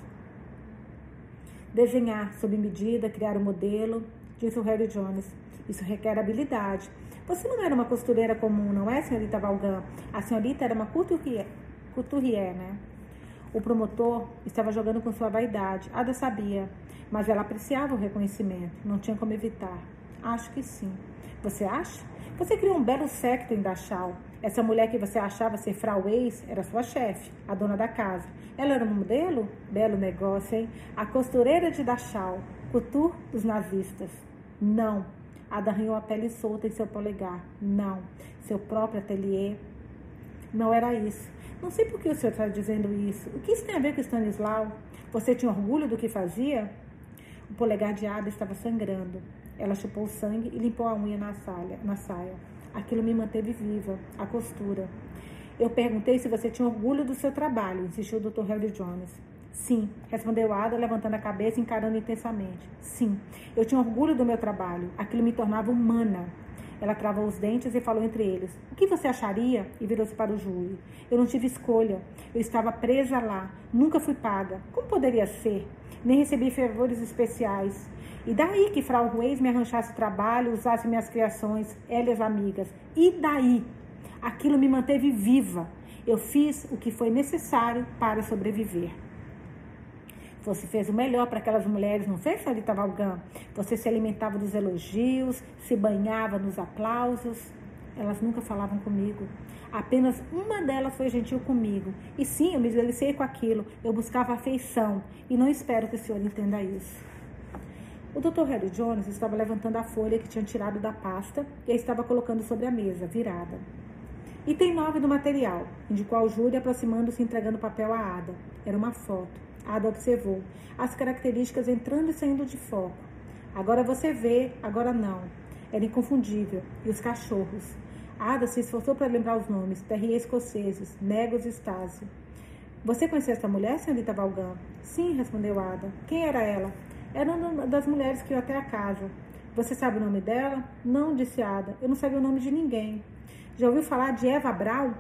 Desenhar sob medida, criar um modelo, disse o Harry Jones. Isso requer habilidade. Você não era uma costureira comum, não é, senhorita Vaughan? A senhorita era uma couturier, né? O promotor estava jogando com sua vaidade. Ada sabia, mas ela apreciava o reconhecimento. Não tinha como evitar. Acho que sim. Você acha? Você criou um belo séquito em Dachau. Essa mulher que você achava ser Frau Weiss era sua chefe, a dona da casa. Ela era um modelo? Belo negócio, hein? A costureira de Dachau, couture dos nazistas. Não. Ada arranhou a pele solta em seu polegar. Não. Seu próprio ateliê. Não era isso. Não sei por que o senhor está dizendo isso. O que isso tem a ver com Stanislau? Você tinha orgulho do que fazia? O polegar de Ada estava sangrando. Ela chupou o sangue e limpou a unha na saia. Aquilo me manteve viva. A costura. Eu perguntei se você tinha orgulho do seu trabalho, insistiu o Dr. Harry Jones. Sim, respondeu Ada, levantando a cabeça e encarando intensamente. Sim, eu tinha orgulho do meu trabalho. Aquilo me tornava humana. Ela travou os dentes e falou entre eles. O que você acharia? E virou-se para o júri. Eu não tive escolha. Eu estava presa lá. Nunca fui paga. Como poderia ser? Nem recebi favores especiais. E daí que Frau Ruiz me arranjasse trabalho, usasse minhas criações, ela e as amigas. E daí? Aquilo me manteve viva. Eu fiz o que foi necessário para sobreviver. Você fez o melhor para aquelas mulheres, não fez, senhorita Vaughan? Você se alimentava dos elogios, se banhava nos aplausos. Elas nunca falavam comigo. Apenas uma delas foi gentil comigo. E sim, eu me delicei com aquilo. Eu buscava afeição. E não espero que o senhor entenda isso. O Dr. Harry Jones estava levantando a folha que tinha tirado da pasta e a estava colocando sobre a mesa, virada. Item 9 do material, indicou ao júri, aproximando-se e entregando o papel a Ada. Era uma foto. Ada observou, as características entrando e saindo de foco. Agora você vê, agora não. Era inconfundível. E os cachorros? Ada se esforçou para lembrar os nomes, terrier escoceses, Negros e Stasi. Você conheceu essa mulher, senhorita Vaughan? Sim, respondeu Ada. Quem era ela? Era uma das mulheres que ia até a casa. Você sabe o nome dela? Não, disse Ada. Eu não sabia o nome de ninguém. Já ouviu falar de Eva Braun?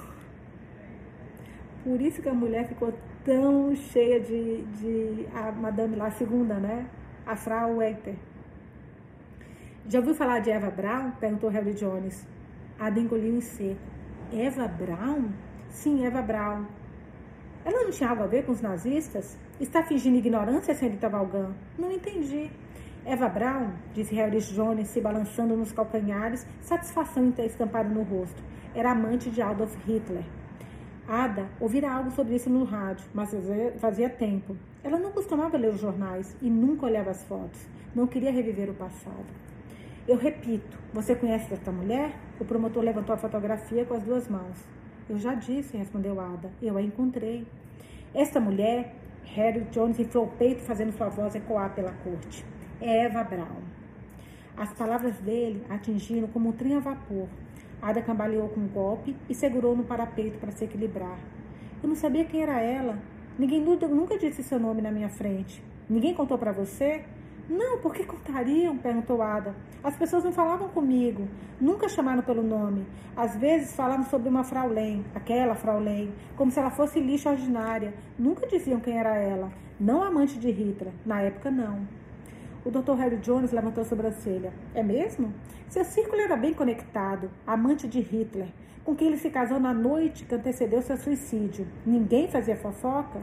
Por isso que a mulher ficou tão cheia de a madame lá, a segunda, né? A Frau Wechter. Já ouviu falar de Eva Braun? Perguntou Harry Jones. Ada engoliu em seco. Eva Braun? Sim, Eva Braun. Ela não tinha algo a ver com os nazistas? Está fingindo ignorância, senhorita Vaughan? Não entendi. Eva Braun, disse Harry Jones, se balançando nos calcanhares, satisfação em ter estampado no rosto. Era amante de Adolf Hitler. Ada ouvira algo sobre isso no rádio, mas fazia tempo. Ela não costumava ler os jornais e nunca olhava as fotos. Não queria reviver o passado. Eu repito, você conhece esta mulher? O promotor levantou a fotografia com as duas mãos. Eu já disse, respondeu Ada. Eu a encontrei. Esta mulher, Harry Jones inflou o peito, fazendo sua voz ecoar pela corte. É Eva Braun. As palavras dele atingiram como um trem a vapor. Ada cambaleou com um golpe e segurou no parapeito para se equilibrar. Eu não sabia quem era ela. Ninguém nunca disse seu nome na minha frente. Ninguém contou para você? Não, por que contariam? Perguntou Ada. As pessoas não falavam comigo. Nunca chamaram pelo nome. Às vezes falavam sobre uma Fraulein, aquela Fraulein, como se ela fosse lixo ordinária. Nunca diziam quem era ela. Não amante de Hitler. Na época, não. O Dr. Harry Jones levantou a sobrancelha. É mesmo? Seu círculo era bem conectado. Amante de Hitler, com quem ele se casou na noite que antecedeu seu suicídio. Ninguém fazia fofoca?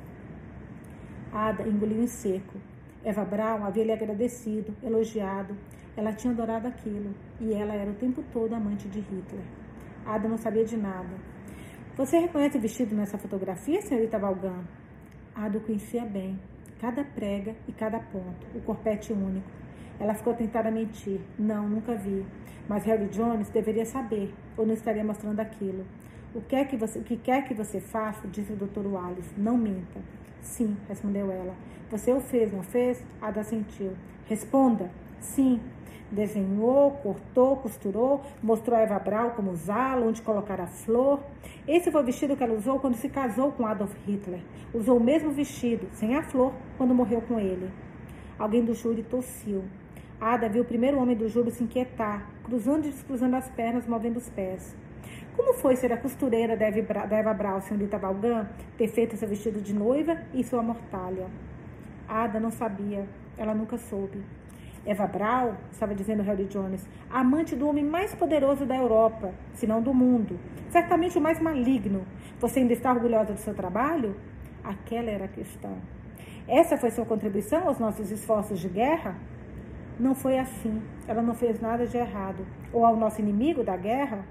Ada engoliu em seco. Eva Braun havia lhe agradecido, elogiado. Ela tinha adorado aquilo. E ela era o tempo todo amante de Hitler. Ada não sabia de nada. Você reconhece o vestido nessa fotografia, senhorita Vaughan? Ada o conhecia bem. Cada prega e cada ponto, o corpete único. Ela ficou tentada a mentir. Não, nunca vi. Mas Harry Jones deveria saber, ou não estaria mostrando aquilo. O que quer que você faça, disse o Dr. Wallace, não minta. Sim, respondeu ela. Você o fez, não fez? Ada assentiu. Responda. Sim. Desenhou, cortou, costurou, mostrou a Eva Braun como usá-lo, onde colocar a flor. Esse foi o vestido que ela usou quando se casou com Adolf Hitler. Usou o mesmo vestido, sem a flor, quando morreu com ele. Alguém do júri tossiu. Ada viu o primeiro homem do júri se inquietar, cruzando e descruzando as pernas, movendo os pés. Como foi ser a costureira da Eva Braun, senhorita Vaughan, ter feito seu vestido de noiva e sua mortalha? Ada não sabia. Ela nunca soube. Eva Braun, estava dizendo Harry Jones, amante do homem mais poderoso da Europa, se não do mundo. Certamente o mais maligno. Você ainda está orgulhosa do seu trabalho? Aquela era a questão. Essa foi sua contribuição aos nossos esforços de guerra? Não foi assim. Ela não fez nada de errado. Ou ao nosso inimigo da guerra?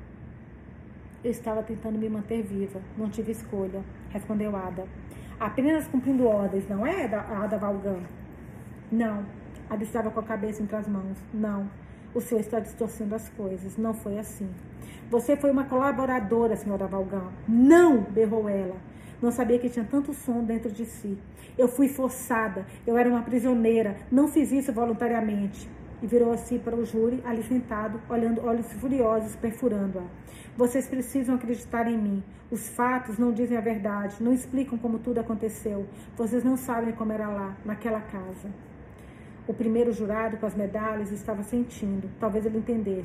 Eu estava tentando me manter viva. Não tive escolha, respondeu Ada. Apenas cumprindo ordens, não é, Ada Vaughan? Não. Ada estava com a cabeça entre as mãos. Não. O senhor está distorcendo as coisas. Não foi assim. Você foi uma colaboradora, senhora Vaughan. Não! Berrou ela. Não sabia que tinha tanto som dentro de si. Eu fui forçada. Eu era uma prisioneira. Não fiz isso voluntariamente. E virou assim para o júri, ali sentado, olhando olhos furiosos, perfurando-a. Vocês precisam acreditar em mim. Os fatos não dizem a verdade. Não explicam como tudo aconteceu. Vocês não sabem como era lá, naquela casa. O primeiro jurado com as medalhas estava sentindo. Talvez ele entendesse.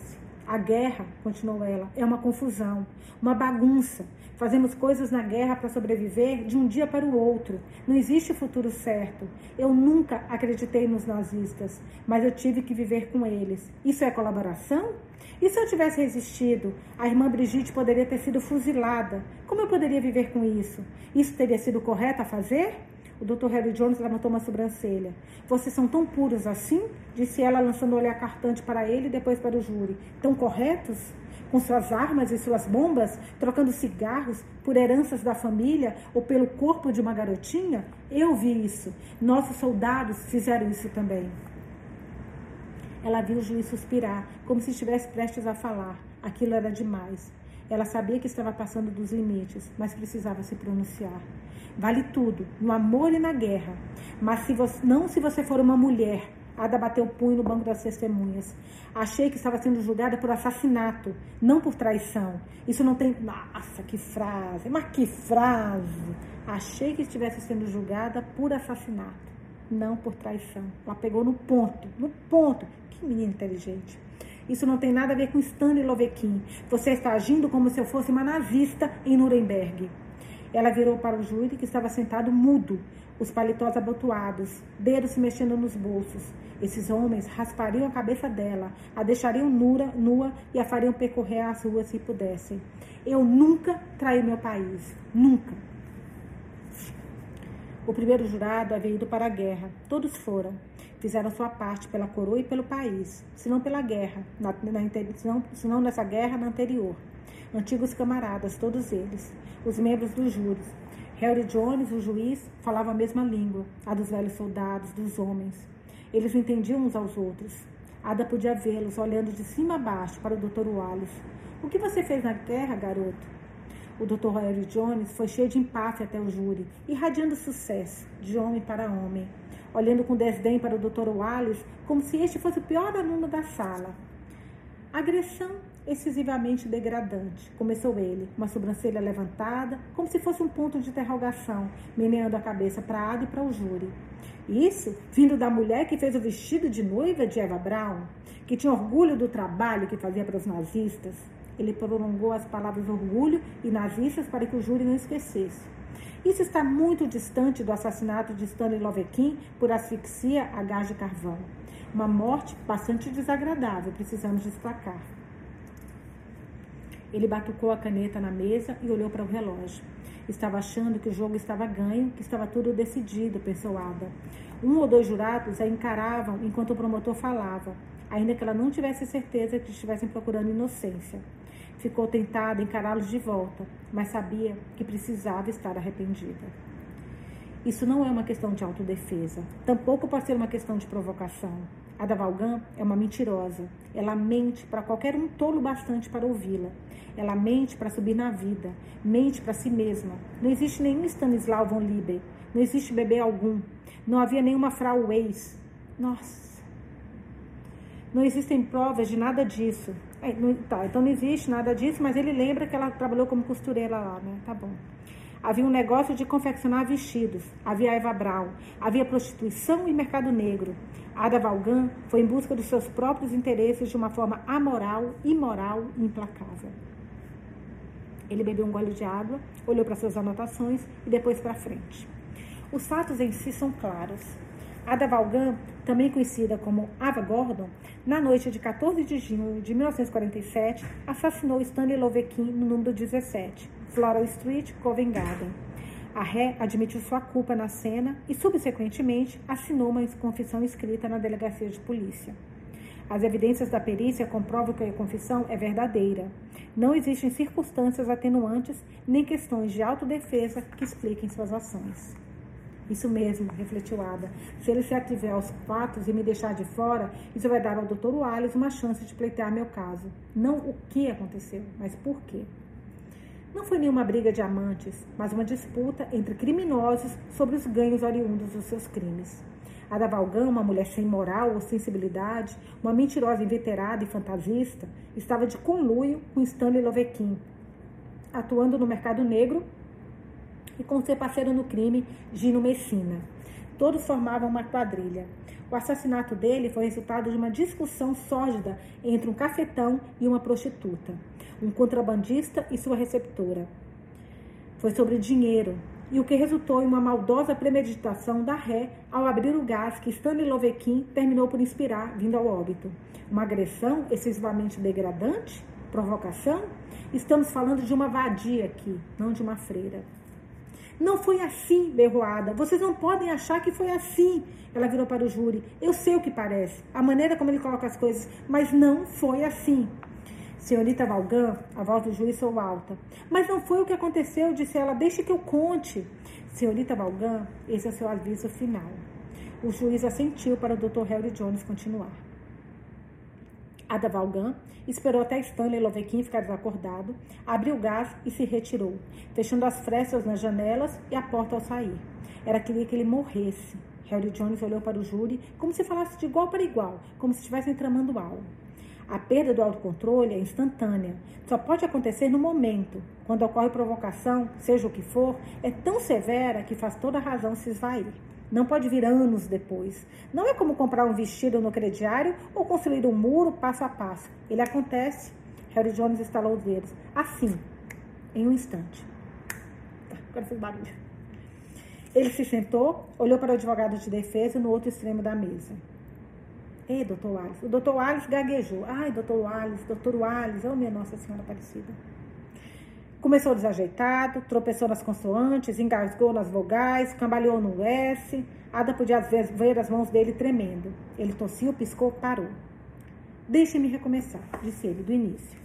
A guerra, continuou ela, é uma confusão, uma bagunça. Fazemos coisas na guerra para sobreviver de um dia para o outro. Não existe futuro certo. Eu nunca acreditei nos nazistas, mas eu tive que viver com eles. Isso é colaboração? E se eu tivesse resistido, a irmã Brigitte poderia ter sido fuzilada. Como eu poderia viver com isso? Isso teria sido correto a fazer? O Dr. Harry Jones levantou uma sobrancelha. Vocês são tão puros assim? Disse ela, lançando um olhar cartante para ele e depois para o júri. Tão corretos? Com suas armas e suas bombas, trocando cigarros por heranças da família ou pelo corpo de uma garotinha? Eu vi isso. Nossos soldados fizeram isso também. Ela viu o juiz suspirar, como se estivesse prestes a falar. Aquilo era demais. Ela sabia que estava passando dos limites, mas precisava se pronunciar. Vale tudo, no amor e na guerra. Mas não se você for uma mulher. Ada bateu o punho no banco das testemunhas. Achei que estava sendo julgada por assassinato, não por traição. Isso não tem... Nossa, que frase! Mas que frase! Achei que estivesse sendo julgada por assassinato, não por traição. Ela pegou no ponto, no ponto. Que menina inteligente. Isso não tem nada a ver com Stanley Lovequin. Você está agindo como se eu fosse uma nazista em Nuremberg. Ela virou para o júri, que estava sentado mudo, os paletós abotoados, dedos se mexendo nos bolsos. Esses homens raspariam a cabeça dela, a deixariam nua e a fariam percorrer as ruas se pudessem. Eu nunca traí meu país. Nunca. O primeiro jurado havia ido para a guerra. Todos foram. Fizeram sua parte pela coroa e pelo país, se não pela guerra, se não nessa guerra na anterior. Antigos camaradas, todos eles, os membros dos júris. Harry Jones, o juiz, falava a mesma língua, a dos velhos soldados, dos homens. Eles entendiam uns aos outros. Ada podia vê-los olhando de cima a baixo para o Dr. Wallace. O que você fez na guerra, garoto? O Dr. Harry Jones foi cheio de empáfia até o júri, irradiando sucesso, de homem para homem, olhando com desdém para o Dr. Wallace, como se este fosse o pior aluno da sala. Agressão excessivamente degradante, começou ele, uma sobrancelha levantada, como se fosse um ponto de interrogação, meneando a cabeça para Ada e para o júri. Isso vindo da mulher que fez o vestido de noiva de Eva Braun, que tinha orgulho do trabalho que fazia para os nazistas. Ele prolongou as palavras orgulho e nazistas para que o júri não esquecesse. Isso está muito distante do assassinato de Stanley Lovequin por asfixia a gás de carvão. Uma morte bastante desagradável, precisamos destacar. Ele batucou a caneta na mesa e olhou para o relógio. Estava achando que o jogo estava ganho, que estava tudo decidido, pensou Ada. 1 ou 2 jurados a encaravam enquanto o promotor falava, ainda que ela não tivesse certeza que estivessem procurando inocência. Ficou tentada a encará-los de volta, mas sabia que precisava estar arrependida. Isso não é uma questão de autodefesa, tampouco pode ser uma questão de provocação. Ada Vaughan é uma mentirosa. Ela mente para qualquer um tolo bastante para ouvi-la. Ela mente para subir na vida, mente para si mesma. Não existe nenhum Stanislau von Liebe, não existe bebê algum, não havia nenhuma Frau Weiss. Nossa! Não existem provas de nada disso. Então não existe nada disso, mas ele lembra que ela trabalhou como costureira lá, né? Tá bom. Havia um negócio de confeccionar vestidos, havia Eva Braun, havia prostituição e mercado negro. Ada Vaughan foi em busca dos seus próprios interesses de uma forma amoral, imoral e implacável. Ele bebeu um gole de água, olhou para suas anotações e depois para frente. Os fatos em si são claros. Ada Vaughan, também conhecida como Ava Gordon, na noite de 14 de junho de 1947, assassinou Stanley Lovequin no número 17, Floral Street, Covent Garden. A ré admitiu sua culpa na cena e, subsequentemente, assinou uma confissão escrita na delegacia de polícia. As evidências da perícia comprovam que a confissão é verdadeira. Não existem circunstâncias atenuantes nem questões de autodefesa que expliquem suas ações. Isso mesmo, refletiu Ada. Se ele se ativer aos fatos e me deixar de fora, isso vai dar ao Dr. Wallace uma chance de pleitear meu caso. Não o que aconteceu, mas por quê. Não foi nenhuma briga de amantes, mas uma disputa entre criminosos sobre os ganhos oriundos dos seus crimes. Ada Vaughan, uma mulher sem moral ou sensibilidade, uma mentirosa inveterada e fantasista, estava de conluio com Stanley Lovequin, atuando no mercado negro e com seu parceiro no crime, Gino Messina. Todos formavam uma quadrilha. O assassinato dele foi resultado de uma discussão sórdida entre um cafetão e uma prostituta, um contrabandista e sua receptora. Foi sobre dinheiro, e o que resultou em uma maldosa premeditação da ré ao abrir o gás que Stanley Lovequin terminou por inspirar, vindo ao óbito. Uma agressão excessivamente degradante? Provocação? Estamos falando de uma vadia aqui, não de uma freira. Não foi assim, berrou Ada. Vocês não podem achar que foi assim. Ela virou para o júri. Eu sei o que parece, a maneira como ele coloca as coisas, mas não foi assim. Senhorita Valgan, a voz do juiz soou alta. Mas não foi o que aconteceu, disse ela. Deixe que eu conte. Senhorita Valgan, esse é o seu aviso final. O juiz assentiu para o Dr. Harry Jones continuar. Ada Valgan esperou até Stanley Lovequin ficar desacordado, abriu o gás e se retirou, fechando as frestas nas janelas e a porta ao sair. Ela queria que ele morresse. Harry Jones olhou para o júri como se falasse de igual para igual, como se estivessem tramando algo. A perda do autocontrole é instantânea. Só pode acontecer no momento. Quando ocorre provocação, seja o que for, é tão severa que faz toda a razão se esvair. Não pode vir anos depois. Não é como comprar um vestido no crediário ou construir um muro passo a passo. Ele acontece. Harry Jones estalou os dedos. Assim, em um instante. Agora fez barulho. Ele se sentou, olhou para o advogado de defesa no outro extremo da mesa. Ei, Dr. Wallace. O Dr. Wallace gaguejou. Ai, Dr. Wallace, oh, minha Nossa Senhora Aparecida. Começou desajeitado, tropeçou nas consoantes, engasgou nas vogais, cambaleou no S. Ada podia às vezes ver as mãos dele tremendo. Ele tossiu, piscou, parou. Deixe-me recomeçar, disse ele, do início.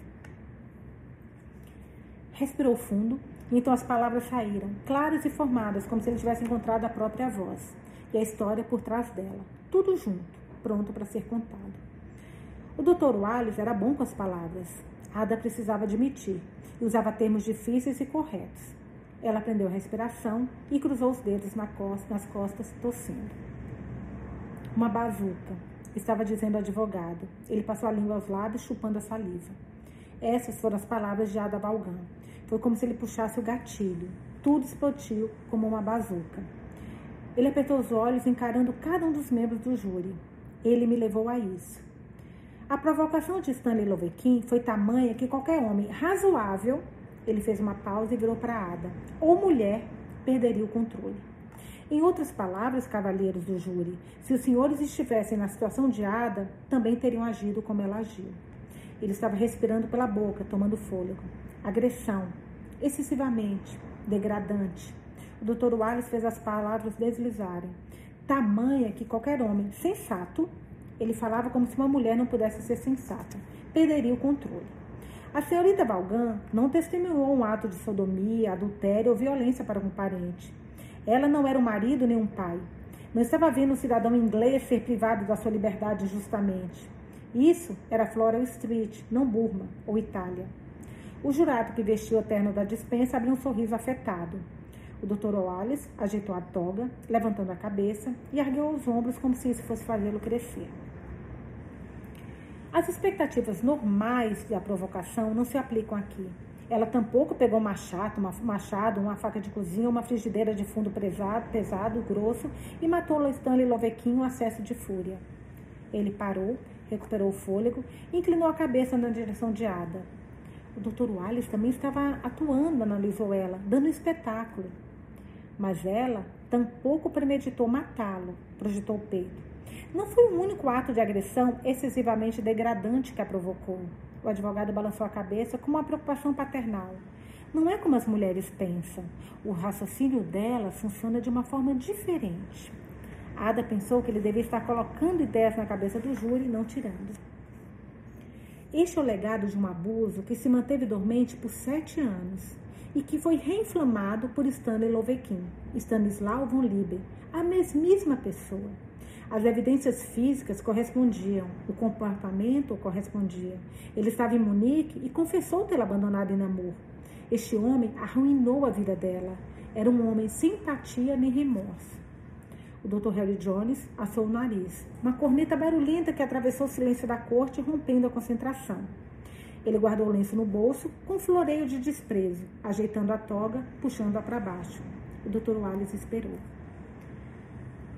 Respirou fundo, e então as palavras saíram, claras e formadas, como se ele tivesse encontrado a própria voz. E a história por trás dela. Tudo junto, pronto para ser contado. O Dr. Wallace era bom com as palavras. Ada precisava admitir. E usava termos difíceis e corretos. Ela aprendeu a respiração e cruzou os dedos nas costas, tossindo. Uma bazuca, estava dizendo o advogado. Ele passou a língua aos lábios, chupando a saliva. Essas foram as palavras de Ada Valgan. Foi como se ele puxasse o gatilho. Tudo explodiu como uma bazuca. Ele apertou os olhos, encarando cada um dos membros do júri. Ele me levou a isso. A provocação de Stanley Lovequin foi tamanha que qualquer homem razoável, ele fez uma pausa e virou para Ada, ou mulher, perderia o controle. Em outras palavras, cavalheiros do júri, se os senhores estivessem na situação de Ada, também teriam agido como ela agiu. Ele estava respirando pela boca, tomando fôlego. Agressão, excessivamente, degradante. O Dr. Wallace fez as palavras deslizarem. Tamanha que qualquer homem sensato, ele falava como se uma mulher não pudesse ser sensata, perderia o controle. A senhorita Valgan não testemunhou um ato de sodomia, adultério ou violência para um parente. Ela não era um marido nem um pai. Não estava vendo um cidadão inglês ser privado da sua liberdade injustamente. Isso era Floral Street, não Burma ou Itália. O jurado que vestiu o terno da dispensa abriu um sorriso afetado. O Dr. Wallace ajeitou a toga, levantando a cabeça, e ergueu os ombros como se isso fosse fazê-lo crescer. As expectativas normais da provocação não se aplicam aqui. Ela tampouco pegou um machado, uma faca de cozinha, uma frigideira de fundo pesado, grosso, e matou Stanley Lovequin um acesso de fúria. Ele parou, recuperou o fôlego e inclinou a cabeça na direção de Ada. O Dr. Wallace também estava atuando, analisou ela, dando um espetáculo. Mas ela tampouco premeditou matá-lo, projetou o peito. Não foi o único ato de agressão excessivamente degradante que a provocou. O advogado balançou a cabeça com uma preocupação paternal. Não é como as mulheres pensam. O raciocínio delas funciona de uma forma diferente. Ada pensou que ele devia estar colocando ideias na cabeça do júri e não tirando. Este é o legado de um abuso que se manteve dormente por 7 anos e que foi reinflamado por Stanley Lovequin, Stanislaw von Liebe, a mesmíssima pessoa. As evidências físicas correspondiam, o comportamento correspondia. Ele estava em Munique e confessou tê-la abandonado em Namur. Este homem arruinou a vida dela. Era um homem sem empatia nem remorso. O Dr. Harry Jones assou o nariz, uma corneta barulhenta que atravessou o silêncio da corte, rompendo a concentração. Ele guardou o lenço no bolso, com um floreio de desprezo, ajeitando a toga, puxando-a para baixo. O Dr. Wallace esperou.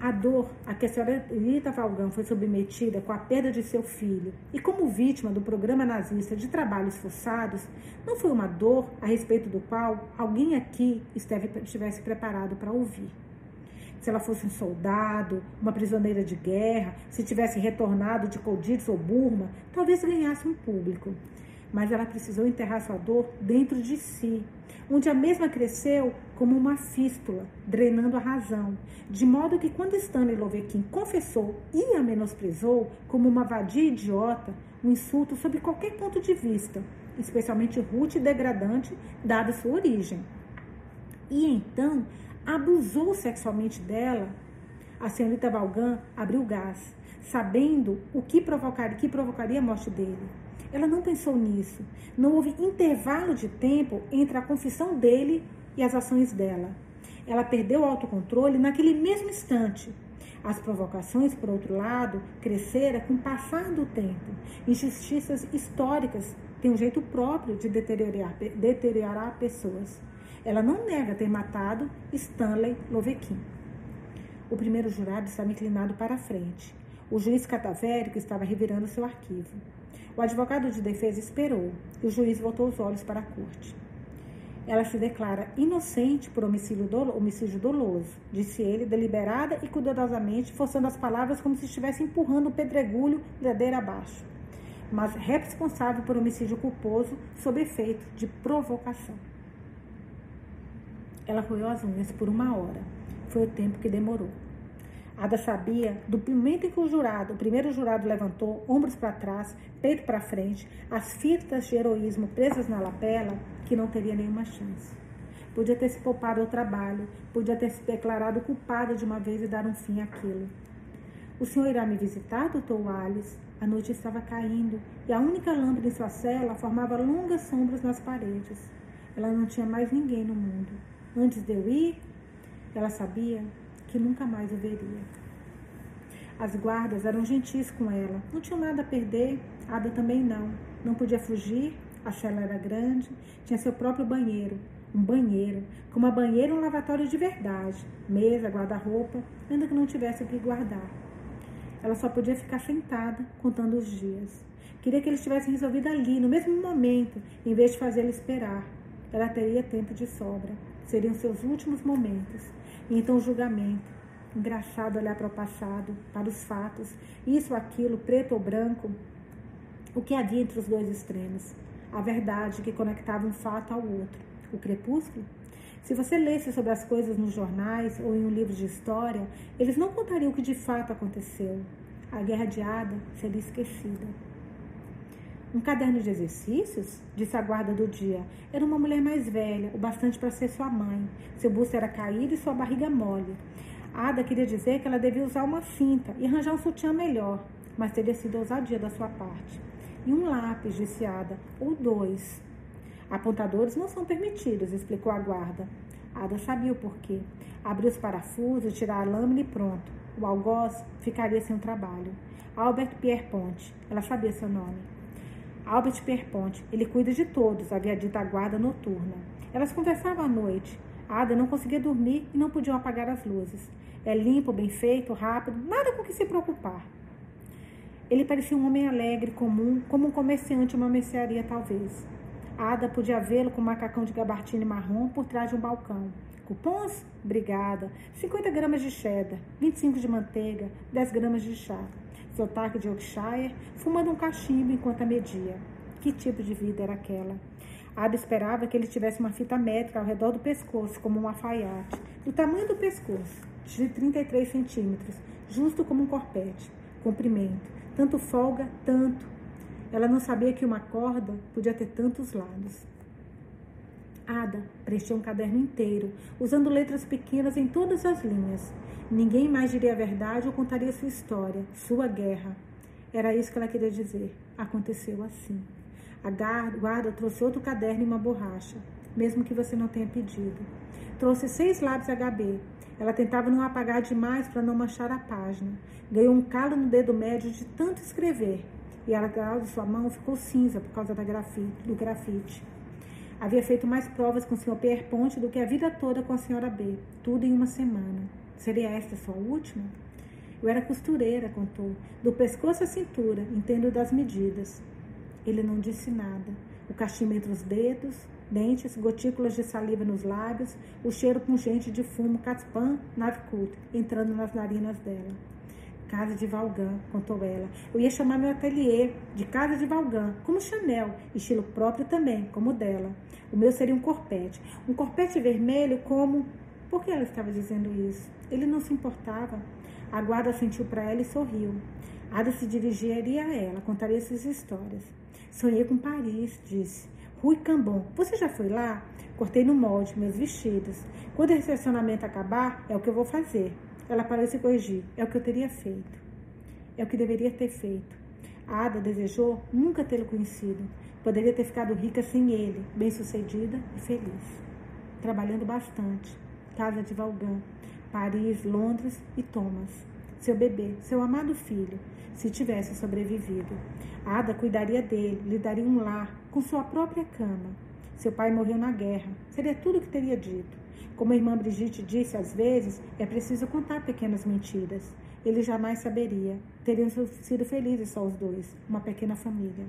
A dor a que a senhorita Vaughan foi submetida com a perda de seu filho e como vítima do programa nazista de trabalhos forçados não foi uma dor a respeito do qual alguém aqui estivesse preparado para ouvir. Se ela fosse um soldado, uma prisioneira de guerra, se tivesse retornado de Colditz ou Burma, talvez ganhasse um público. Mas ela precisou enterrar sua dor dentro de si, onde a mesma cresceu como uma fístula, drenando a razão, de modo que quando Stanley Lovequin confessou e a menosprezou como uma vadia idiota, um insulto sob qualquer ponto de vista, especialmente rude e degradante, dada sua origem. E então abusou sexualmente dela, a senhorita Vaughan abriu gás, sabendo o que provocaria a morte dele. Ela não pensou nisso. Não houve intervalo de tempo entre a confissão dele e as ações dela. Ela perdeu o autocontrole naquele mesmo instante. As provocações, por outro lado, cresceram com o passar do tempo. Injustiças históricas têm um jeito próprio de deteriorar pessoas. Ela não nega ter matado Stanley Lovequin. O primeiro jurado estava inclinado para a frente. O juiz cadavérico estava revirando seu arquivo. O advogado de defesa esperou e o juiz voltou os olhos para a corte. Ela se declara inocente por homicídio doloso, disse ele, deliberada e cuidadosamente, forçando as palavras como se estivesse empurrando um pedregulho ladeira abaixo, mas responsável por homicídio culposo sob efeito de provocação. Ela roeu as unhas por 1 hora. Foi o tempo que demorou. Ada sabia, do momento em que o primeiro jurado levantou, ombros para trás, peito para frente, as fitas de heroísmo presas na lapela, que não teria nenhuma chance. Podia ter se poupado ao trabalho, podia ter se declarado culpada de uma vez e dar um fim àquilo. O senhor irá me visitar, Dr. Wallace? A noite estava caindo e a única lâmpada em sua cela formava longas sombras nas paredes. Ela não tinha mais ninguém no mundo. Antes de eu ir, ela sabia que nunca mais o veria. As guardas eram gentis com ela, não tinham nada a perder, Ada também não. Não podia fugir, a cela era grande, tinha seu próprio banheiro, um banheiro, com uma banheira e um lavatório de verdade, mesa, guarda-roupa, ainda que não tivesse o que guardar. Ela só podia ficar sentada, contando os dias. Queria que eles tivessem resolvido ali, no mesmo momento, em vez de fazê-la esperar. Ela teria tempo de sobra. Seriam seus últimos momentos. E então o julgamento. Engraçado olhar para o passado, para os fatos, isso, aquilo, preto ou branco. O que havia entre os dois extremos? A verdade que conectava um fato ao outro. O crepúsculo? Se você lesse sobre as coisas nos jornais ou em um livro de história, eles não contariam o que de fato aconteceu. A guerra de Ada seria esquecida. Um caderno de exercícios? Disse a guarda do dia. Era uma mulher mais velha, o bastante para ser sua mãe. Seu busto era caído e sua barriga mole. Ada queria dizer que ela devia usar uma cinta e arranjar um sutiã melhor, mas teria sido ousadia da sua parte. E um lápis, disse Ada, ou 2. Apontadores não são permitidos, explicou a guarda. Ada sabia o porquê. Abriu os parafusos, tirar a lâmina e pronto. O algoz ficaria sem o trabalho. Albert Pierpont, ela sabia seu nome. Albert Pierpont, ele cuida de todos, havia dito a guarda noturna. Elas conversavam à noite. Ada não conseguia dormir e não podiam apagar as luzes. É limpo, bem feito, rápido, nada com que se preocupar. Ele parecia um homem alegre, comum, como um comerciante em uma mercearia, talvez. Ada podia vê-lo com um macacão de gabardine marrom por trás de um balcão. Cupons? Obrigada. 50 gramas de cheddar, 25 de manteiga, 10 gramas de chá. Sotaque de Yorkshire, fumando um cachimbo enquanto a media. Que tipo de vida era aquela? Ada esperava que ele tivesse uma fita métrica ao redor do pescoço, como um alfaiate, do tamanho do pescoço, de 33 centímetros, justo como um corpete. Comprimento. Tanto folga, tanto. Ela não sabia que uma corda podia ter tantos lados. Ada preencheu um caderno inteiro, usando letras pequenas em todas as linhas. Ninguém mais diria a verdade ou contaria sua história, sua guerra. Era isso que ela queria dizer. Aconteceu assim. A guarda trouxe outro caderno e uma borracha, mesmo que você não tenha pedido. Trouxe 6 lápis HB. Ela tentava não apagar demais para não manchar a página. Ganhou um calo no dedo médio de tanto escrever. E a lateral de sua mão ficou cinza por causa do grafite. Havia feito mais provas com o Sr. Pierpont do que a vida toda com a Sra. B. Tudo em uma semana. Seria esta sua última? Eu era costureira, contou. Do pescoço à cintura, entendo das medidas. Ele não disse nada. O cachimbo entre os dedos, dentes, gotículas de saliva nos lábios, o cheiro pungente de fumo Catspan Navkut entrando nas narinas dela. Casa de Valgan, contou ela. Eu ia chamar meu ateliê de Casa de Valgan, como Chanel, estilo próprio também, como o dela. O meu seria um corpete vermelho como... Por que ela estava dizendo isso? Ele não se importava. A guarda sentiu para ela e sorriu. Ada se dirigiria a ela, contaria essas histórias. Sonhei com Paris, disse. Rui Cambon, você já foi lá? Cortei no molde meus vestidos. Quando o recepcionamento acabar, é o que eu vou fazer. Ela parou e se corrigir. É o que eu teria feito. É o que deveria ter feito. A Ada desejou nunca tê-lo conhecido. Poderia ter ficado rica sem ele, bem-sucedida e feliz. Trabalhando bastante. Casa de Valgan, Paris, Londres e Thomas. Seu bebê, seu amado filho, se tivesse sobrevivido. Ada cuidaria dele, lhe daria um lar, com sua própria cama. Seu pai morreu na guerra. Seria tudo o que teria dito. Como a irmã Brigitte disse às vezes, é preciso contar pequenas mentiras. Ele jamais saberia. Teriam sido felizes só os dois, uma pequena família.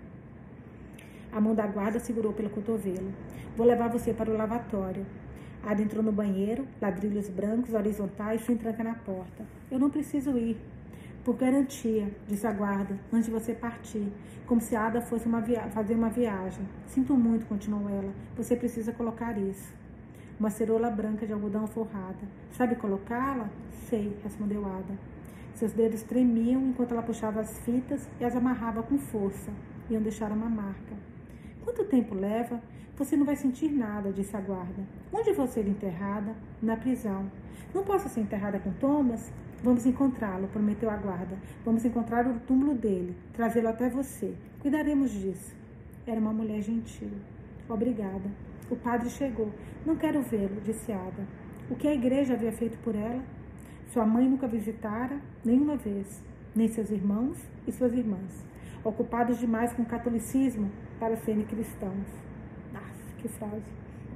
A mão da guarda segurou pelo cotovelo. Vou levar você para o lavatório. Ada entrou no banheiro, ladrilhos brancos, horizontais, sem tranca na porta. Eu não preciso ir. Por garantia, disse a guarda, antes de você partir, como se Ada fosse fazer uma viagem. Sinto muito, continuou ela. Você precisa colocar isso. Uma ceroula branca de algodão forrada. Sabe colocá-la? Sei, respondeu Ada. Seus dedos tremiam enquanto ela puxava as fitas e as amarrava com força. Iam deixar uma marca. Quanto tempo leva? Você não vai sentir nada, disse a guarda. Onde vou ser enterrada? Na prisão. Não posso ser enterrada com Thomas? Vamos encontrá-lo, prometeu a guarda. Vamos encontrar o túmulo dele, trazê-lo até você. Cuidaremos disso. Era uma mulher gentil. Obrigada. O padre chegou. Não quero vê-lo, disse Ada. O que a igreja havia feito por ela? Sua mãe nunca visitara, nenhuma vez. Nem seus irmãos e suas irmãs. Ocupados demais com o catolicismo para serem cristãos. Nossa, que frase.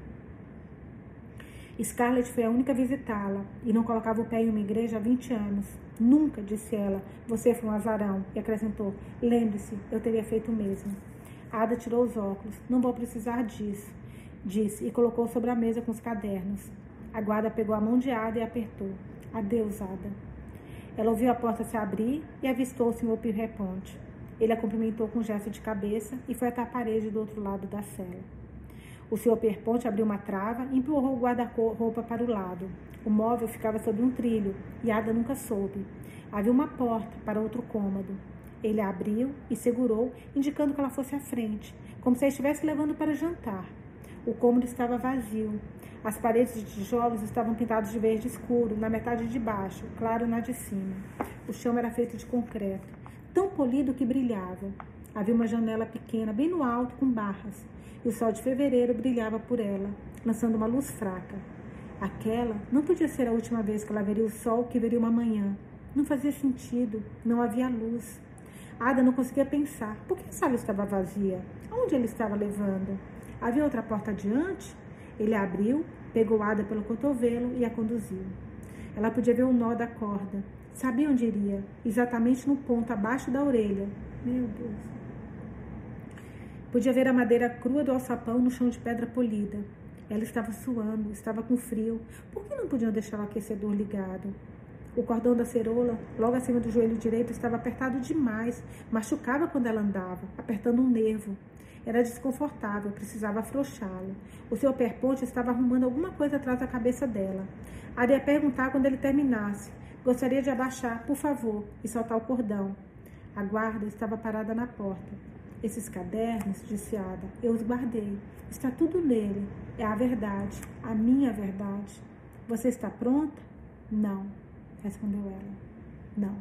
Scarlett foi a única a visitá-la e não colocava o pé em uma igreja há 20 anos. Nunca, disse ela, você foi um azarão. E acrescentou, lembre-se, eu teria feito o mesmo. Ada tirou os óculos. Não vou precisar disso, disse e colocou sobre a mesa com os cadernos. A guarda pegou a mão de Ada e apertou. Adeus, Ada. Ela ouviu a porta se abrir e avistou o Sr. Pierrepont. Ele a cumprimentou com um gesto de cabeça e foi até a parede do outro lado da cela. O Sr. Pierrepont abriu uma trava e empurrou o guarda-roupa para o lado. O móvel ficava sobre um trilho e Ada nunca soube. Havia uma porta para outro cômodo. Ele a abriu e segurou, indicando que ela fosse à frente, como se a estivesse levando para jantar. O cômodo estava vazio. As paredes de tijolos estavam pintadas de verde escuro, na metade de baixo, claro na de cima. O chão era feito de concreto, tão polido que brilhava. Havia uma janela pequena, bem no alto, com barras, e o sol de fevereiro brilhava por ela, lançando uma luz fraca. Aquela não podia ser a última vez que ela veria o sol que veria uma manhã. Não fazia sentido, não havia luz. Ada não conseguia pensar. Por que a sala estava vazia? Aonde ele estava levando? Havia outra porta adiante? Ele a abriu, pegou Ada pelo cotovelo e a conduziu. Ela podia ver o nó da corda. Sabia onde iria, exatamente no ponto abaixo da orelha. Meu Deus. Podia ver a madeira crua do alçapão no chão de pedra polida. Ela estava suando, estava com frio. Por que não podiam deixar o aquecedor ligado? O cordão da ceroula, logo acima do joelho direito, estava apertado demais. Machucava quando ela andava, apertando um nervo. Era desconfortável, precisava afrouxá-lo. O Sr. Pierrepont estava arrumando alguma coisa atrás da cabeça dela. Ada ia perguntar quando ele terminasse. Gostaria de abaixar, por favor, e soltar o cordão. A guarda estava parada na porta. Esses cadernos, disse Ada, eu os guardei. Está tudo nele. É a verdade, a minha verdade. Você está pronta? Não, respondeu ela. Não.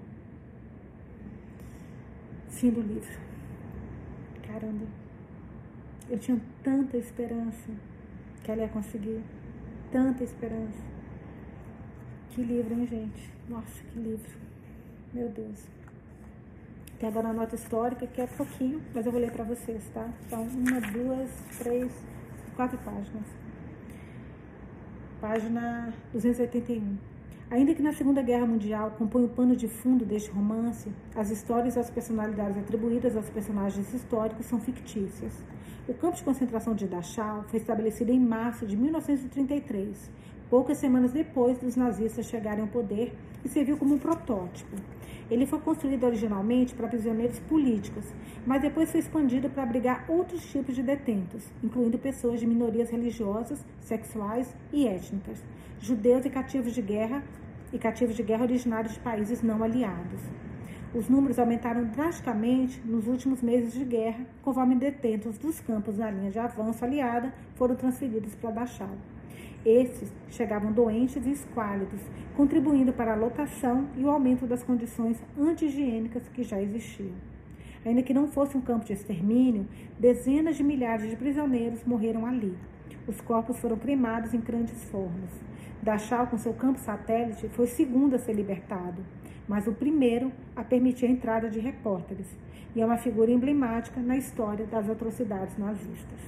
Fim do livro. Caramba. Eu tinha tanta esperança que ela ia conseguir. Tanta esperança. Que livro, hein, gente? Nossa, que livro. Meu Deus. Tem agora a nota histórica, que é pouquinho, mas eu vou ler para vocês, tá? São 1, 2, 3, 4 páginas. Página 281. Ainda que na Segunda Guerra Mundial compõe o pano de fundo deste romance, as histórias e as personalidades atribuídas aos personagens históricos são fictícias. O campo de concentração de Dachau foi estabelecido em março de 1933, poucas semanas depois dos nazistas chegarem ao poder, e serviu como um protótipo. Ele foi construído originalmente para prisioneiros políticos, mas depois foi expandido para abrigar outros tipos de detentos, incluindo pessoas de minorias religiosas, sexuais e étnicas, judeus e cativos de guerra originários de países não aliados. Os números aumentaram drasticamente nos últimos meses de guerra, conforme detentos dos campos na linha de avanço aliada foram transferidos para Dachau. Estes chegavam doentes e esquálidos, contribuindo para a lotação e o aumento das condições anti-higiênicas que já existiam. Ainda que não fosse um campo de extermínio, dezenas de milhares de prisioneiros morreram ali. Os corpos foram cremados em grandes fornos. Dachau, com seu campo satélite, foi o segundo a ser libertado, mas o primeiro a permitir a entrada de repórteres, e é uma figura emblemática na história das atrocidades nazistas.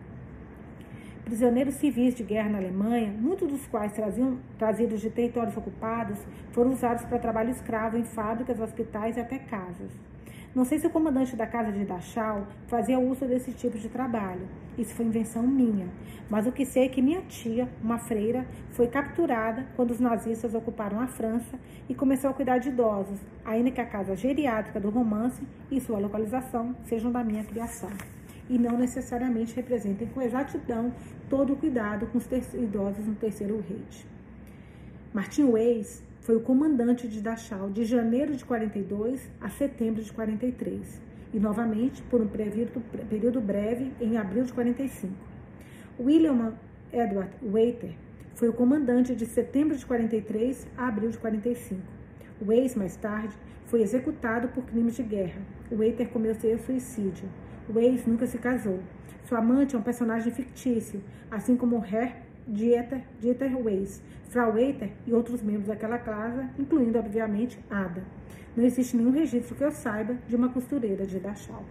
Prisioneiros civis de guerra na Alemanha, muitos dos quais trazidos de territórios ocupados, foram usados para trabalho escravo em fábricas, hospitais e até casas. Não sei se o comandante da casa de Dachau fazia uso desse tipo de trabalho. Isso foi invenção minha. Mas o que sei é que minha tia, uma freira, foi capturada quando os nazistas ocuparam a França e começou a cuidar de idosos, ainda que a casa geriátrica do romance e sua localização sejam da minha criação, e não necessariamente representem com exatidão todo o cuidado com os idosos no Terceiro Reich. Martin Weiss foi o comandante de Dachau de janeiro de 42 a setembro de 43, e novamente por um período breve em abril de 45. William Edward Waiter foi o comandante de setembro de 43 a abril de 45. Weiss, mais tarde, foi executado por crimes de guerra. Waiter cometeu suicídio. Weiss nunca se casou. Sua amante é um personagem fictício, assim como Herr Dieter Weiss, Frau Waiter e outros membros daquela casa, incluindo, obviamente, Ada. Não existe nenhum registro que eu saiba de uma costureira de Dachau.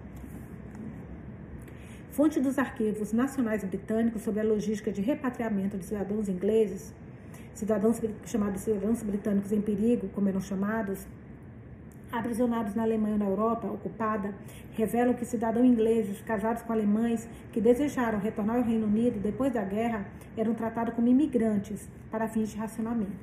Fonte dos arquivos nacionais britânicos sobre a logística de repatriamento de cidadãos ingleses, chamados cidadãos britânicos em perigo, como eram chamados, aprisionados na Alemanha ou na Europa ocupada, revelam que cidadãos ingleses casados com alemães que desejaram retornar ao Reino Unido depois da guerra eram tratados como imigrantes para fins de racionamento.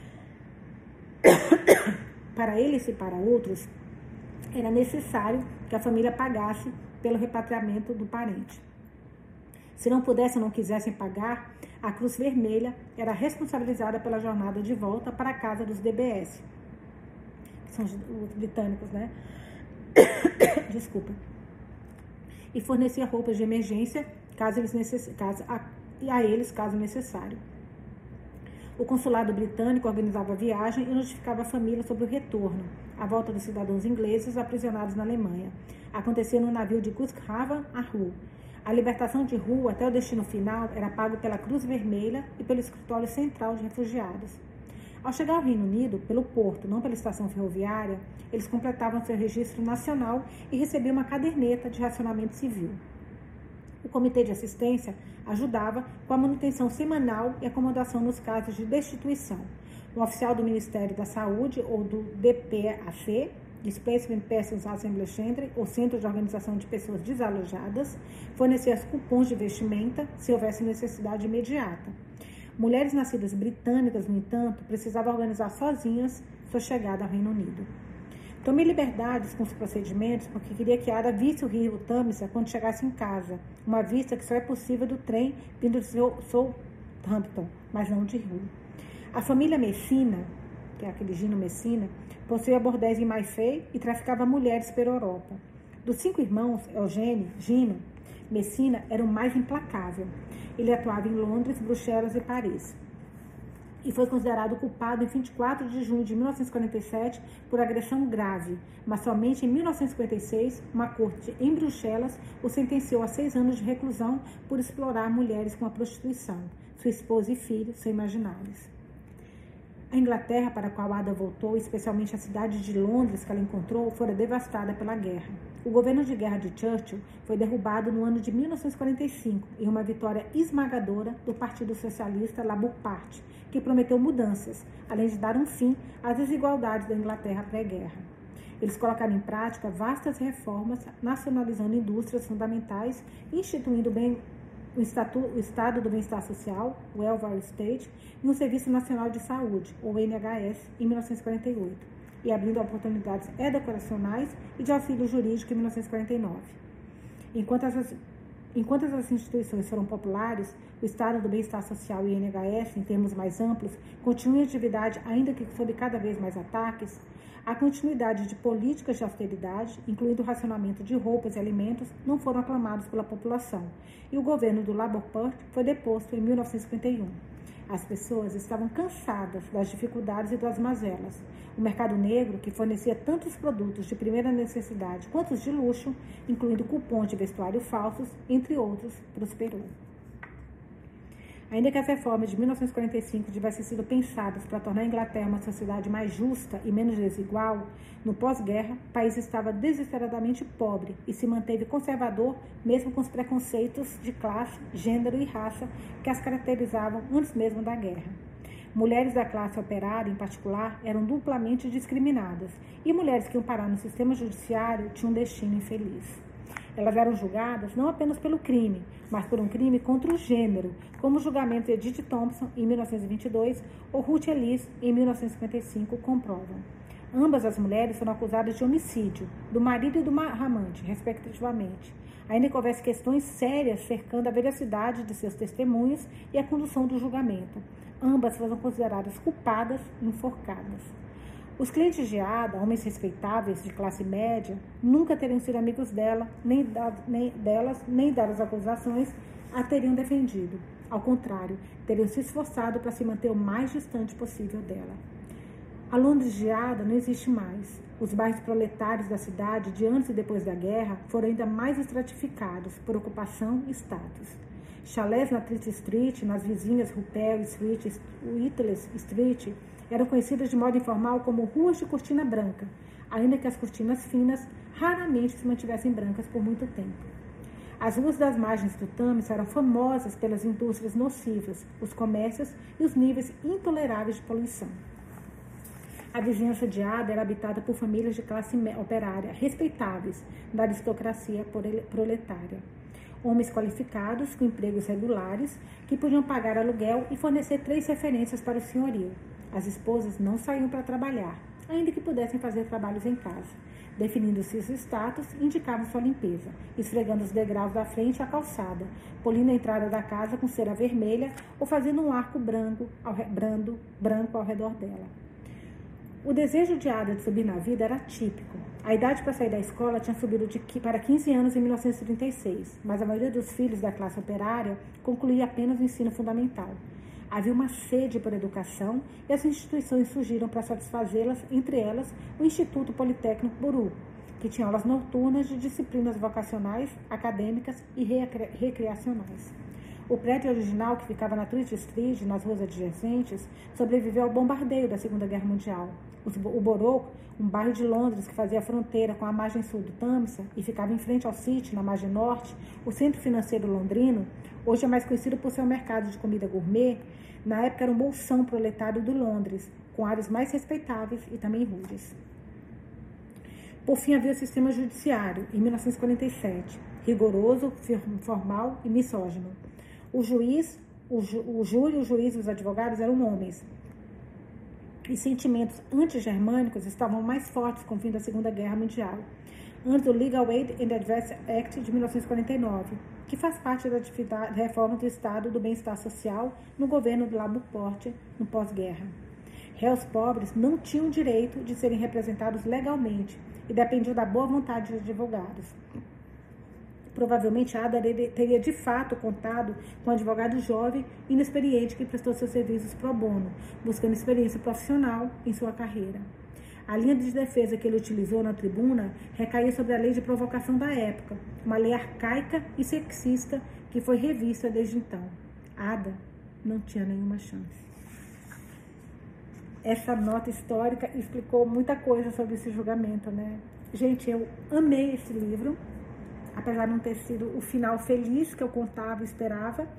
Para eles e para outros, era necessário que a família pagasse pelo repatriamento do parente. Se não pudessem ou não quisessem pagar, a Cruz Vermelha era responsabilizada pela jornada de volta para a casa dos DBS, que são os britânicos, né? Desculpa. E fornecia roupas de emergência caso necessário. O consulado britânico organizava a viagem e notificava a família sobre o retorno, a volta dos cidadãos ingleses aprisionados na Alemanha. Acontecia no navio de Cuxhaven a Hull. A libertação de Hull até o destino final era pago pela Cruz Vermelha e pelo Escritório Central de Refugiados. Ao chegar ao Reino Unido, pelo porto, não pela estação ferroviária, eles completavam seu registro nacional e recebiam uma caderneta de racionamento civil. O Comitê de Assistência ajudava com a manutenção semanal e acomodação nos casos de destituição. Um oficial do Ministério da Saúde ou do DPAC, Displacement Persons Assembly Center, ou Centro de Organização de Pessoas Desalojadas, fornecia os cupons de vestimenta se houvesse necessidade imediata. Mulheres nascidas britânicas, no entanto, precisavam organizar sozinhas sua chegada ao Reino Unido. Tomei liberdades com os procedimentos porque queria que Ada visse o rio Tâmisa quando chegasse em casa, uma vista que só é possível do trem vindo de Southampton, mas não de Hull. A família Messina, que é aquele Gino Messina, possuía bordéis em Maifei e traficava mulheres pela Europa. Dos 5 irmãos, Eugênio, Gino, Messina era o mais implacável. Ele atuava em Londres, Bruxelas e Paris. E foi considerado culpado em 24 de junho de 1947 por agressão grave, mas somente em 1956, uma corte em Bruxelas o sentenciou a 6 anos de reclusão por explorar mulheres com a prostituição. Sua esposa e filhos são imaginários. A Inglaterra, para a qual Ada voltou, especialmente a cidade de Londres que ela encontrou, fora devastada pela guerra. O governo de guerra de Churchill foi derrubado no ano de 1945, em uma vitória esmagadora do Partido Socialista Labour Party, que prometeu mudanças, além de dar um fim às desigualdades da Inglaterra pré-guerra. Eles colocaram em prática vastas reformas, nacionalizando indústrias fundamentais, instituindo o Estado do Bem-Estar Social, o Welfare State, e um Serviço Nacional de Saúde, o NHS, em 1948, e abrindo oportunidades educacionais e de auxílio jurídico em 1949. Enquanto essas instituições foram populares, o Estado do Bem-Estar Social e o NHS, em termos mais amplos, continuam em atividade, ainda que sob cada vez mais ataques. A continuidade de políticas de austeridade, incluindo o racionamento de roupas e alimentos, não foram aclamados pela população, e o governo do Labour Party foi deposto em 1951. As pessoas estavam cansadas das dificuldades e das mazelas. O mercado negro, que fornecia tantos produtos de primeira necessidade quanto os de luxo, incluindo cupons de vestuário falsos, entre outros, prosperou. Ainda que as reformas de 1945 tivessem sido pensadas para tornar a Inglaterra uma sociedade mais justa e menos desigual, no pós-guerra, o país estava desesperadamente pobre e se manteve conservador mesmo com os preconceitos de classe, gênero e raça que as caracterizavam antes mesmo da guerra. Mulheres da classe operária, em particular, eram duplamente discriminadas e mulheres que iam parar no sistema judiciário tinham um destino infeliz. Elas eram julgadas não apenas pelo crime, mas por um crime contra o gênero, como o julgamento de Edith Thompson, em 1922, ou Ruth Ellis, em 1955, comprovam. Ambas as mulheres foram acusadas de homicídio, do marido e do amante, respectivamente, ainda que houvesse questões sérias cercando a veracidade de seus testemunhos e a condução do julgamento. Ambas foram consideradas culpadas e enforcadas. Os clientes de Ada, homens respeitáveis de classe média, nunca teriam sido amigos dela, nem das acusações a teriam defendido. Ao contrário, teriam se esforçado para se manter o mais distante possível dela. A Londres de Ada não existe mais. Os bairros proletários da cidade, de antes e depois da guerra, foram ainda mais estratificados por ocupação e status. Chalés na Tite Street, nas vizinhas Rupert Street e Whitley Street, eram conhecidas de modo informal como ruas de cortina branca, ainda que as cortinas finas raramente se mantivessem brancas por muito tempo. As ruas das margens do Tâmisa eram famosas pelas indústrias nocivas, os comércios e os níveis intoleráveis de poluição. A vizinhança de Ada era habitada por famílias de classe operária respeitáveis da aristocracia proletária. Homens qualificados, com empregos regulares, que podiam pagar aluguel e fornecer 3 referências para o senhorio. As esposas não saíam para trabalhar, ainda que pudessem fazer trabalhos em casa. Definindo seus status, indicavam sua limpeza, esfregando os degraus da frente à calçada, polindo a entrada da casa com cera vermelha ou fazendo um arco branco ao redor dela. O desejo de Ada de subir na vida era típico. A idade para sair da escola tinha subido para 15 anos em 1936, mas a maioria dos filhos da classe operária concluía apenas o ensino fundamental. Havia uma sede por educação e as instituições surgiram para satisfazê-las, entre elas o Instituto Politécnico Buru, que tinha aulas noturnas de disciplinas vocacionais, acadêmicas e recreacionais. O prédio original, que ficava na Tite Street, nas ruas adjacentes, sobreviveu ao bombardeio da Segunda Guerra Mundial. O Borough, um bairro de Londres que fazia fronteira com a margem sul do Tâmisa e ficava em frente ao City, na margem norte, o centro financeiro londrino, hoje é mais conhecido por seu mercado de comida gourmet, na época era um bolsão proletário do Londres, com áreas mais respeitáveis e também rudes. Por fim, havia o sistema judiciário, em 1947, rigoroso, formal e misógino. O júri, o juiz e os advogados eram homens. E sentimentos anti-germânicos estavam mais fortes com o fim da Segunda Guerra Mundial, antes do Legal Aid and Advice Act de 1949, que faz parte da reforma do Estado do Bem-Estar Social no governo do Labour Party no pós-guerra. Réus pobres não tinham direito de serem representados legalmente e dependiam da boa vontade de advogados. Provavelmente Ada teria de fato contado com um advogado jovem e inexperiente que prestou seus serviços pro bono, buscando experiência profissional em sua carreira. A linha de defesa que ele utilizou na tribuna recaía sobre a lei de provocação da época, uma lei arcaica e sexista que foi revista desde então. Ada não tinha nenhuma chance. Essa nota histórica explicou muita coisa sobre esse julgamento, né? Gente, eu amei esse livro. Apesar de não ter sido o final feliz que eu contava e esperava,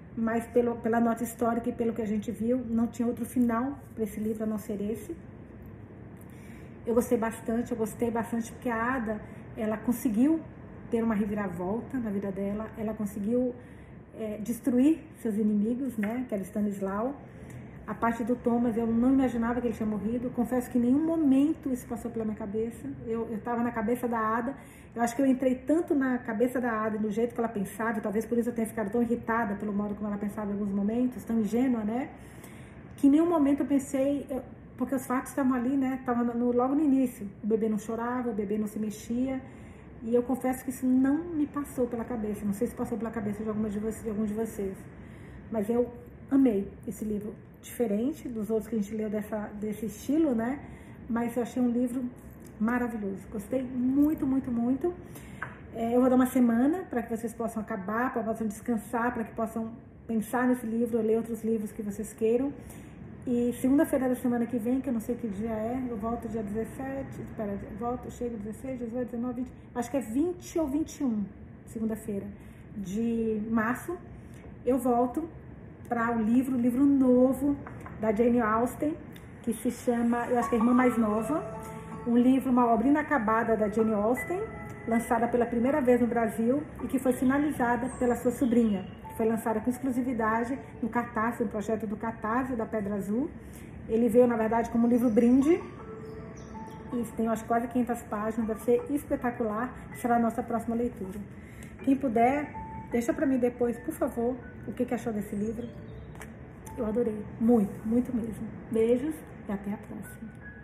mas pela nota histórica e pelo que a gente viu, não tinha outro final para esse livro a não ser esse. Eu gostei bastante porque a Ada, ela conseguiu ter uma reviravolta na vida dela, ela conseguiu destruir seus inimigos, né, que era Stanislau. A parte do Thomas, eu não imaginava que ele tinha morrido. Confesso que em nenhum momento isso passou pela minha cabeça. Eu estava na cabeça da Ada. Eu acho que eu entrei tanto na cabeça da Ada, no jeito que ela pensava, e talvez por isso eu tenha ficado tão irritada pelo modo como ela pensava em alguns momentos, tão ingênua, né? Que em nenhum momento eu pensei, porque os fatos estavam ali, né? Estavam logo no início. O bebê não chorava, o bebê não se mexia. E eu confesso que isso não me passou pela cabeça. Não sei se passou pela cabeça de alguns de vocês. Mas eu amei esse livro. Diferente dos outros que a gente leu desse estilo, né? Mas eu achei um livro maravilhoso. Gostei muito, muito, muito. Eu vou dar uma semana para que vocês possam acabar, para que possam descansar, para que possam pensar nesse livro, ou ler outros livros que vocês queiram. E segunda-feira da semana que vem, que eu não sei que dia é, eu volto dia 17, chego 16, 18, 19, 20, acho que é 20 ou 21, segunda-feira de março, eu volto para o livro novo da Jane Austen, que se chama, eu acho que é a Irmã Mais Nova, um livro, uma obra inacabada da Jane Austen, lançada pela primeira vez no Brasil e que foi finalizada pela sua sobrinha, que foi lançada com exclusividade no Catarse, no projeto do Catarse, da Pedra Azul. Ele veio, na verdade, como um livro brinde, e tem, acho, quase 500 páginas, deve ser espetacular, será a nossa próxima leitura. Quem puder, deixa para mim depois, por favor, o que achou desse livro. Eu adorei, muito, muito mesmo. Beijos e até a próxima.